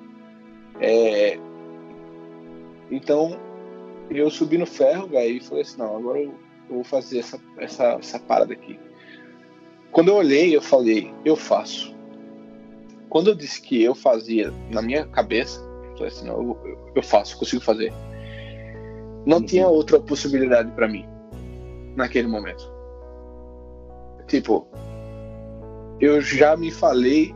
Então, eu subi no ferro, velho, e falei assim, não, agora eu vou fazer essa parada aqui. Quando eu olhei, eu falei, eu faço. Quando eu disse que eu fazia, na minha cabeça, eu falei assim, não, eu faço, consigo fazer. Não tinha outra possibilidade para mim naquele momento. tipo, eu já me falei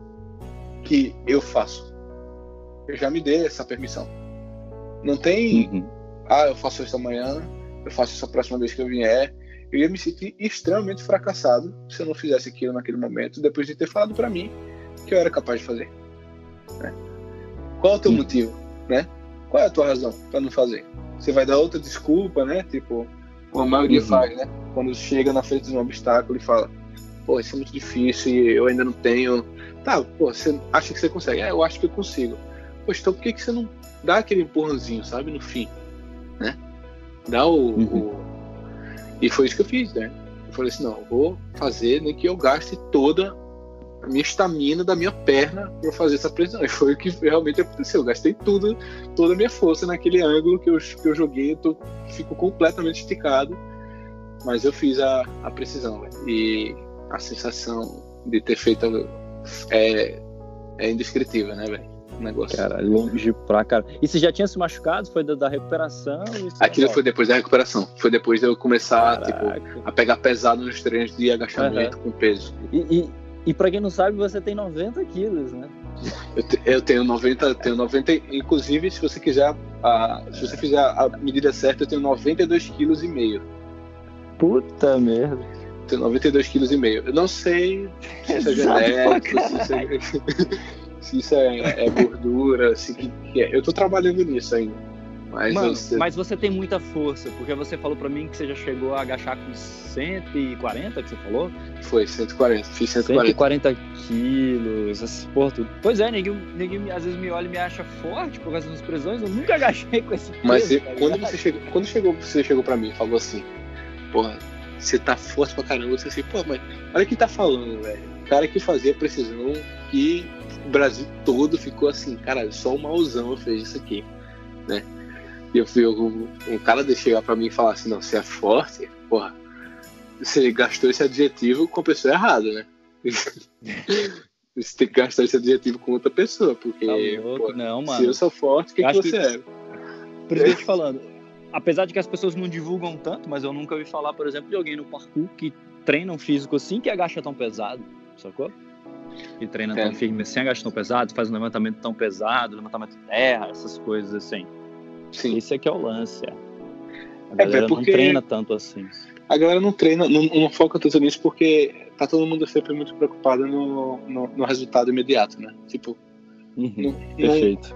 que eu faço. Eu já me dei essa permissão. Não tem, eu faço isso amanhã, eu faço isso a próxima vez que eu vier. Eu ia me sentir extremamente fracassado se eu não fizesse aquilo naquele momento, depois de ter falado pra mim que eu era capaz de fazer. Né? Qual é o teu motivo, né? Qual é a tua razão pra não fazer? Você vai dar outra desculpa, né? Tipo, a maioria faz, né? Quando chega na frente de um obstáculo e fala, pô, isso é muito difícil e eu ainda não tenho. Tá, pô, você acha que você consegue? Eu acho que eu consigo. Poxa, então por que você não dá aquele empurrãozinho, sabe? No fim, né? Dá E foi isso que eu fiz, né? Eu falei assim, não, eu vou fazer nem que eu gaste toda a minha estamina da minha perna para fazer essa pressão. E foi o que realmente aconteceu. Eu gastei tudo, toda a minha força naquele ângulo que eu joguei. Fico completamente esticado. Mas eu fiz a precisão, velho. E a sensação de ter feito é indescritível, né, velho? O negócio. Cara, longe pra cara. E você já tinha se machucado? Foi da recuperação? Aquilo foi depois da recuperação. Foi depois de eu começar a pegar pesado nos treinos de agachamento com peso. E pra quem não sabe, você tem 90 quilos, né? Eu tenho 90, inclusive se você quiser, se você fizer a medida certa, eu tenho 92,5 kg. Puta merda. Tenho 92,5 kg. Eu não sei se isso é genético, se isso é gordura, se que é. Eu tô trabalhando nisso ainda. Mas você tem muita força, porque você falou pra mim que você já chegou a agachar com 140, que você falou? Foi, 140, fiz 140. 140 quilos, tudo. Pois é, ninguém às vezes me olha e me acha forte por causa das prisões, eu nunca agachei com esse peso. Mas quando você chegou pra mim e falou assim, porra, você tá forte pra caramba, você assim, pô, mas olha quem tá falando, velho. O cara que fazia precisão, que o Brasil todo ficou assim, cara, só o mauzão fez isso aqui, né? E eu fui um cara de chegar pra mim e falar assim, não, você é forte, porra, você gastou esse adjetivo com a pessoa errada, né? Você tem que gastar esse adjetivo com outra pessoa, porque tá louco, pô, não, mano. Se eu sou forte, o que você é? Por isso que eu tô te falando, apesar de que as pessoas não divulgam tanto, mas eu nunca ouvi falar, por exemplo, de alguém no parkour que treina um físico assim, que agacha tão pesado, sacou? Que treina tão firme assim, agacha tão pesado, faz um levantamento tão pesado, levantamento de terra, essas coisas assim. Sim. Esse aqui é o lance, A galera não treina tanto assim. A galera não treina, não foca tanto nisso porque tá todo mundo sempre muito preocupado no resultado imediato, né? Tipo, perfeito.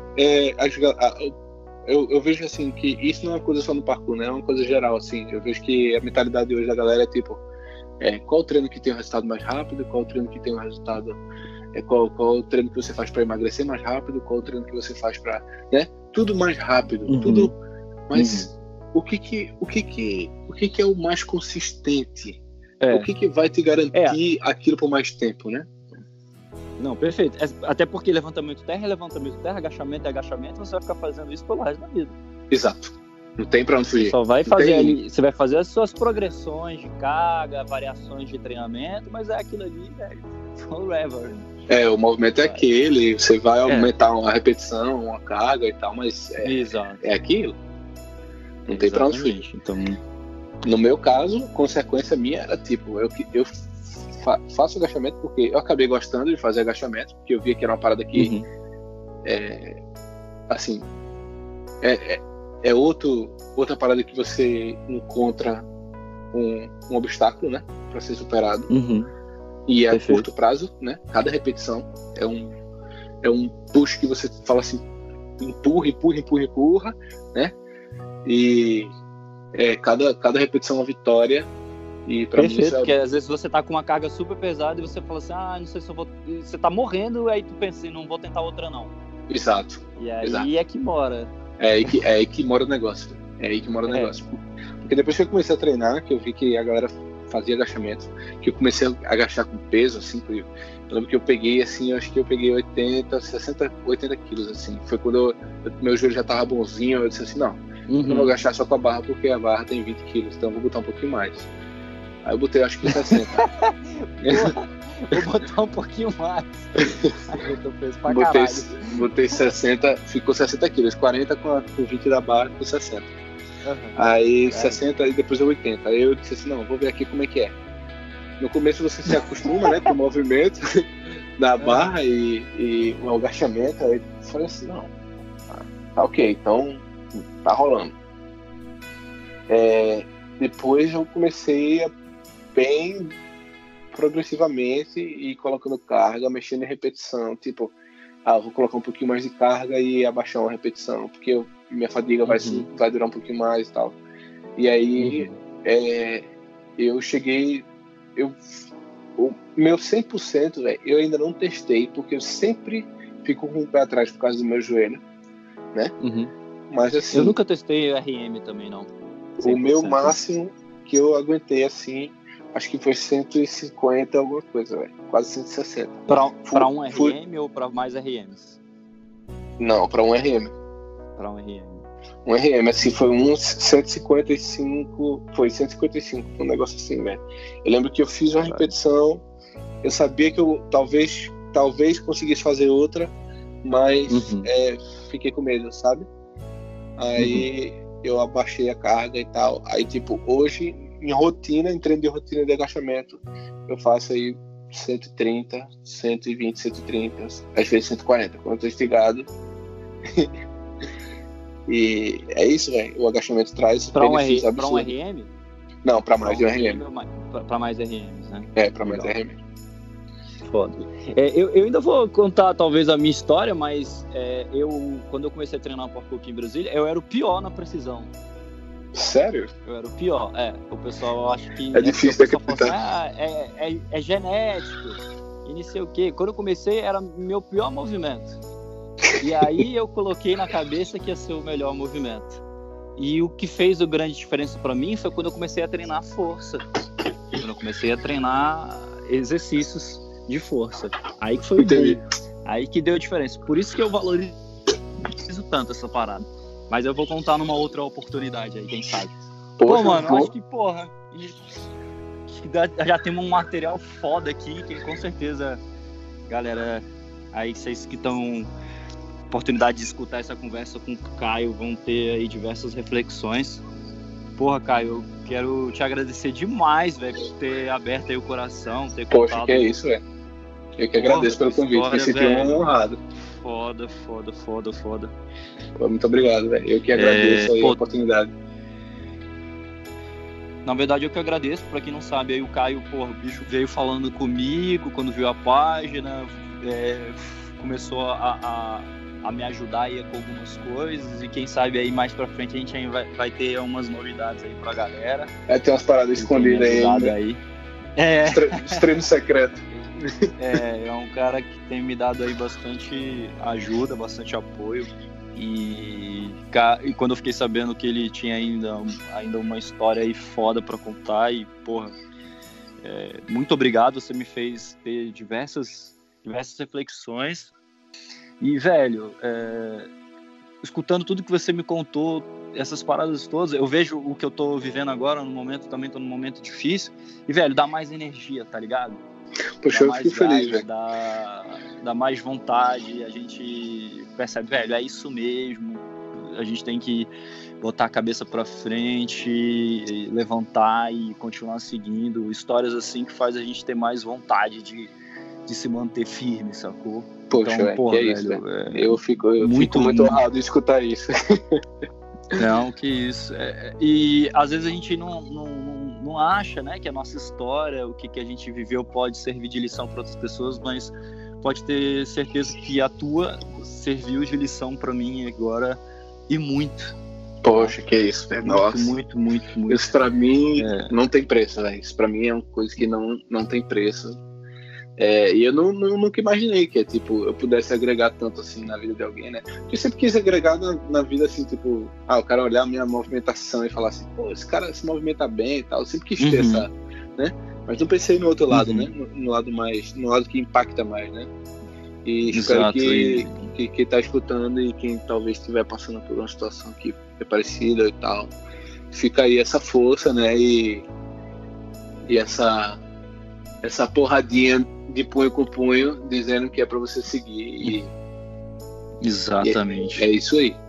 Eu vejo assim que isso não é uma coisa só no parkour, né? É uma coisa geral, assim. Eu vejo que a mentalidade hoje da galera é tipo, qual o treino que tem o resultado mais rápido, qual o treino que tem o resultado, qual o treino que você faz para emagrecer mais rápido, qual o treino que você faz para, né? Tudo mais rápido, tudo, mas o que é o mais consistente? O que vai te garantir aquilo por mais tempo, né? Não, perfeito. Até porque levantamento terra é levantamento terra, agachamento é agachamento, você vai ficar fazendo isso pelo resto da vida. Exato. Não tem pra onde fugir. Só vai fazer ali, você vai fazer as suas progressões de carga, variações de treinamento, mas é aquilo ali, velho, forever. O movimento é aquele, você vai aumentar uma repetição, uma carga e tal, mas é aquilo. Não tem pra onde fugir. Então, no meu caso, consequência minha era tipo, eu faço agachamento porque eu acabei gostando de fazer agachamento, porque eu via que era uma parada que assim, outra parada que você encontra um obstáculo, né, para ser superado. E a curto prazo, né? Cada repetição é um push que você fala assim, empurra, né? E cada repetição é uma vitória. E pra mim isso porque às vezes você tá com uma carga super pesada e você fala assim, não sei se eu vou. Você tá morrendo, aí tu pensa assim, não vou tentar outra não. Exato. E aí é que mora. É aí que mora o negócio. É aí que mora o negócio. Porque depois que eu comecei a treinar, que eu vi que a galera fazia agachamento, que eu comecei a agachar com peso, assim, eu lembro que eu peguei, assim, eu acho que eu peguei 80 quilos, assim, foi quando meu joelho já tava bonzinho, eu disse assim, não, eu não vou agachar só com a barra, porque a barra tem 20 quilos, então eu vou botar um pouquinho mais. Aí eu botei, acho que 60. Vou botar um pouquinho mais. Aí eu tô peso pra caralho. Botei 60, ficou 60 quilos, 40 com 20 da barra, ficou 60. Aí 60 e depois 80. Aí eu disse assim, não, vou ver aqui como é que é. no começo você se acostuma, né, com o movimento da barra e o agachamento. Aí eu falei assim, não, tá ok, então tá rolando. Depois eu comecei bem progressivamente e colocando carga, mexendo em repetição, tipo, vou colocar um pouquinho mais de carga e abaixar uma repetição, porque minha fadiga vai durar um pouquinho mais e tal. E aí eu cheguei, o meu 100%, velho, eu ainda não testei, porque eu sempre fico com o pé atrás por causa do meu joelho, né? Mas assim... Eu nunca testei RM também, não. 100%. O meu máximo que eu aguentei, assim, acho que foi 150 alguma coisa, velho. Quase 160. Pra um RM ou pra mais RMs? Não, pra um RM. Pra um RM. Um RM, assim, foi uns 155, foi 155, um negócio assim, velho. Eu lembro que eu fiz uma repetição, eu sabia que eu talvez conseguisse fazer outra, mas fiquei com medo, sabe? Aí eu abaixei a carga e tal. Aí, tipo, hoje, em treino de rotina de agachamento, eu faço aí 130, 120, 130, às vezes 140, quando eu tô instigado. E é isso, velho. O agachamento traz benefícios absurdos. Pra um RM? Não, pra mais de um RM. Pra mais RMs, né? Pra mais de RM. Foda. Eu ainda vou contar, talvez, a minha história, mas quando eu comecei a treinar parkour aqui em Brasília, eu era o pior na precisão. Sério? Eu era o pior, O pessoal acha que... É difícil de acreditar. É genético, e não sei o quê. Quando eu comecei, era meu pior movimento. E aí eu coloquei na cabeça que ia ser o melhor movimento. E o que fez a grande diferença pra mim foi quando eu comecei a treinar força. Quando eu comecei a treinar exercícios de força. Aí que foi aí que deu a diferença. Por isso que eu valorizo tanto essa parada. Mas eu vou contar numa outra oportunidade aí, quem sabe. Poxa, mano, eu acho que, já temos um material foda aqui, que com certeza, galera, aí vocês que estão oportunidade de escutar essa conversa com o Caio vão ter aí diversas reflexões. Porra, Caio, eu quero te agradecer demais, velho, por ter aberto aí o coração, ter contado. Poxa, que é isso, velho. Eu que agradeço pelo convite, me senti honrado. Foda. Pô, muito obrigado, velho. Eu que agradeço aí a oportunidade. Na verdade, eu que agradeço. Pra quem não sabe, aí o Caio, porra, o bicho veio falando comigo quando viu a página, começou a me ajudar aí com algumas coisas, e quem sabe aí mais pra frente a gente ainda vai ter umas novidades aí pra galera. Tem umas paradas escondidas aí. Os treinos secretos. É um cara que tem me dado aí bastante ajuda, bastante apoio. E quando eu fiquei sabendo que ele tinha ainda uma história aí foda pra contar, e porra, muito obrigado, você me fez ter diversas reflexões. E velho, escutando tudo que você me contou, essas paradas todas, eu vejo o que eu tô vivendo agora no momento, também tô num momento difícil, e velho, dá mais energia, tá ligado? Poxa, eu fico feliz, velho. Dá mais vontade, a gente percebe, velho, é isso mesmo, a gente tem que botar a cabeça pra frente, levantar e continuar seguindo, histórias assim que faz a gente ter mais vontade de se manter firme, sacou? Poxa, então, porra, que é isso, velho. Eu fico muito honrado de escutar isso. Não, que isso. E às vezes a gente não acha, né, que a nossa história, o que a gente viveu pode servir de lição para outras pessoas, mas pode ter certeza que a tua serviu de lição para mim agora, e muito. Poxa, que isso, velho. Nossa. Muito. Isso pra mim não tem preço, velho. Isso pra mim é uma coisa que não tem preço. E eu nunca imaginei que eu pudesse agregar tanto assim na vida de alguém, né? Eu sempre quis agregar na vida assim, tipo, o cara olhar a minha movimentação e falar assim, pô, esse cara se movimenta bem e tal. Eu sempre quis ter essa, né? Mas não pensei no outro lado, né? No lado que impacta mais, né? E espero que quem tá escutando e quem talvez estiver passando por uma situação que é parecida e tal, fica aí essa força, né? E essa porradinha de punho com punho, dizendo que é pra você seguir. Exatamente. É isso aí.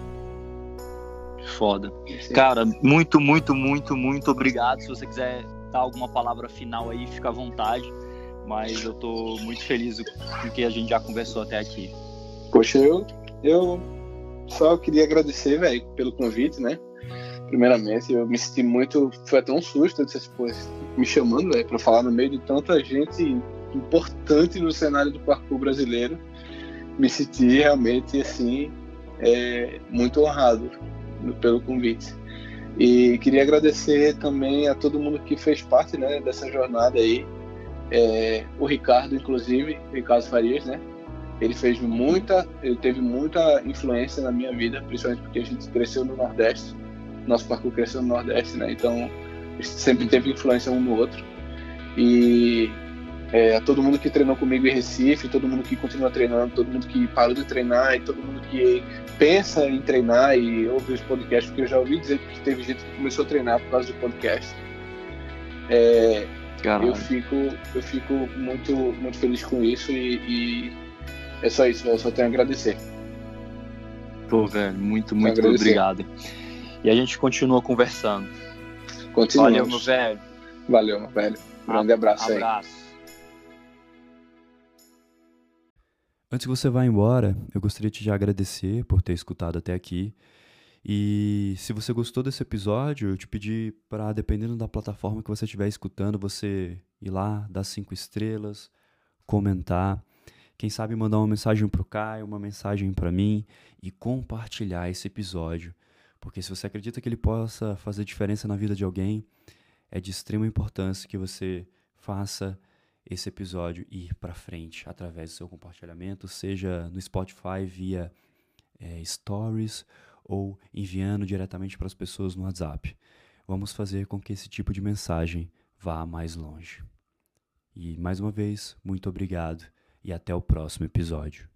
Foda. Cara, muito obrigado. Se você quiser acrescentar alguma palavra final aí, fica à vontade. Mas eu tô muito feliz com o que a gente já conversou até aqui. Poxa, eu só queria agradecer, velho, pelo convite, né? Primeiramente, eu me senti muito... Foi até um susto, eu disse, pô, me chamando, velho, pra falar no meio de tanta gente importante no cenário do parkour brasileiro. Me senti realmente, assim, muito honrado pelo convite. E queria agradecer também a todo mundo que fez parte, né, dessa jornada aí. O Ricardo, inclusive, Ricardo Farias, né? Ele teve muita influência na minha vida, principalmente porque a gente cresceu no Nordeste. Nosso parkour cresceu no Nordeste, né? Então, a gente sempre teve influência um no outro. E a todo mundo que treinou comigo em Recife, todo mundo que continua treinando, todo mundo que parou de treinar e todo mundo que pensa em treinar e ouve os podcasts, porque eu já ouvi dizer que teve gente que começou a treinar por causa do podcast. Eu fico muito, muito feliz com isso e é só isso, eu só tenho a agradecer. Pô, velho, muito obrigado. E a gente continua conversando. Continuamos. Valeu, meu velho. Valeu, meu velho. Grande abraço aí. Antes que você vá embora, eu gostaria de te agradecer por ter escutado até aqui. E se você gostou desse episódio, eu te pedi para, dependendo da plataforma que você estiver escutando, você ir lá, dar 5 estrelas, comentar. Quem sabe mandar uma mensagem pro Caio, uma mensagem para mim e compartilhar esse episódio. Porque se você acredita que ele possa fazer diferença na vida de alguém, é de extrema importância que você faça esse episódio ir para frente através do seu compartilhamento, seja no Spotify via Stories ou enviando diretamente para as pessoas no WhatsApp. Vamos fazer com que esse tipo de mensagem vá mais longe. E mais uma vez, muito obrigado e até o próximo episódio.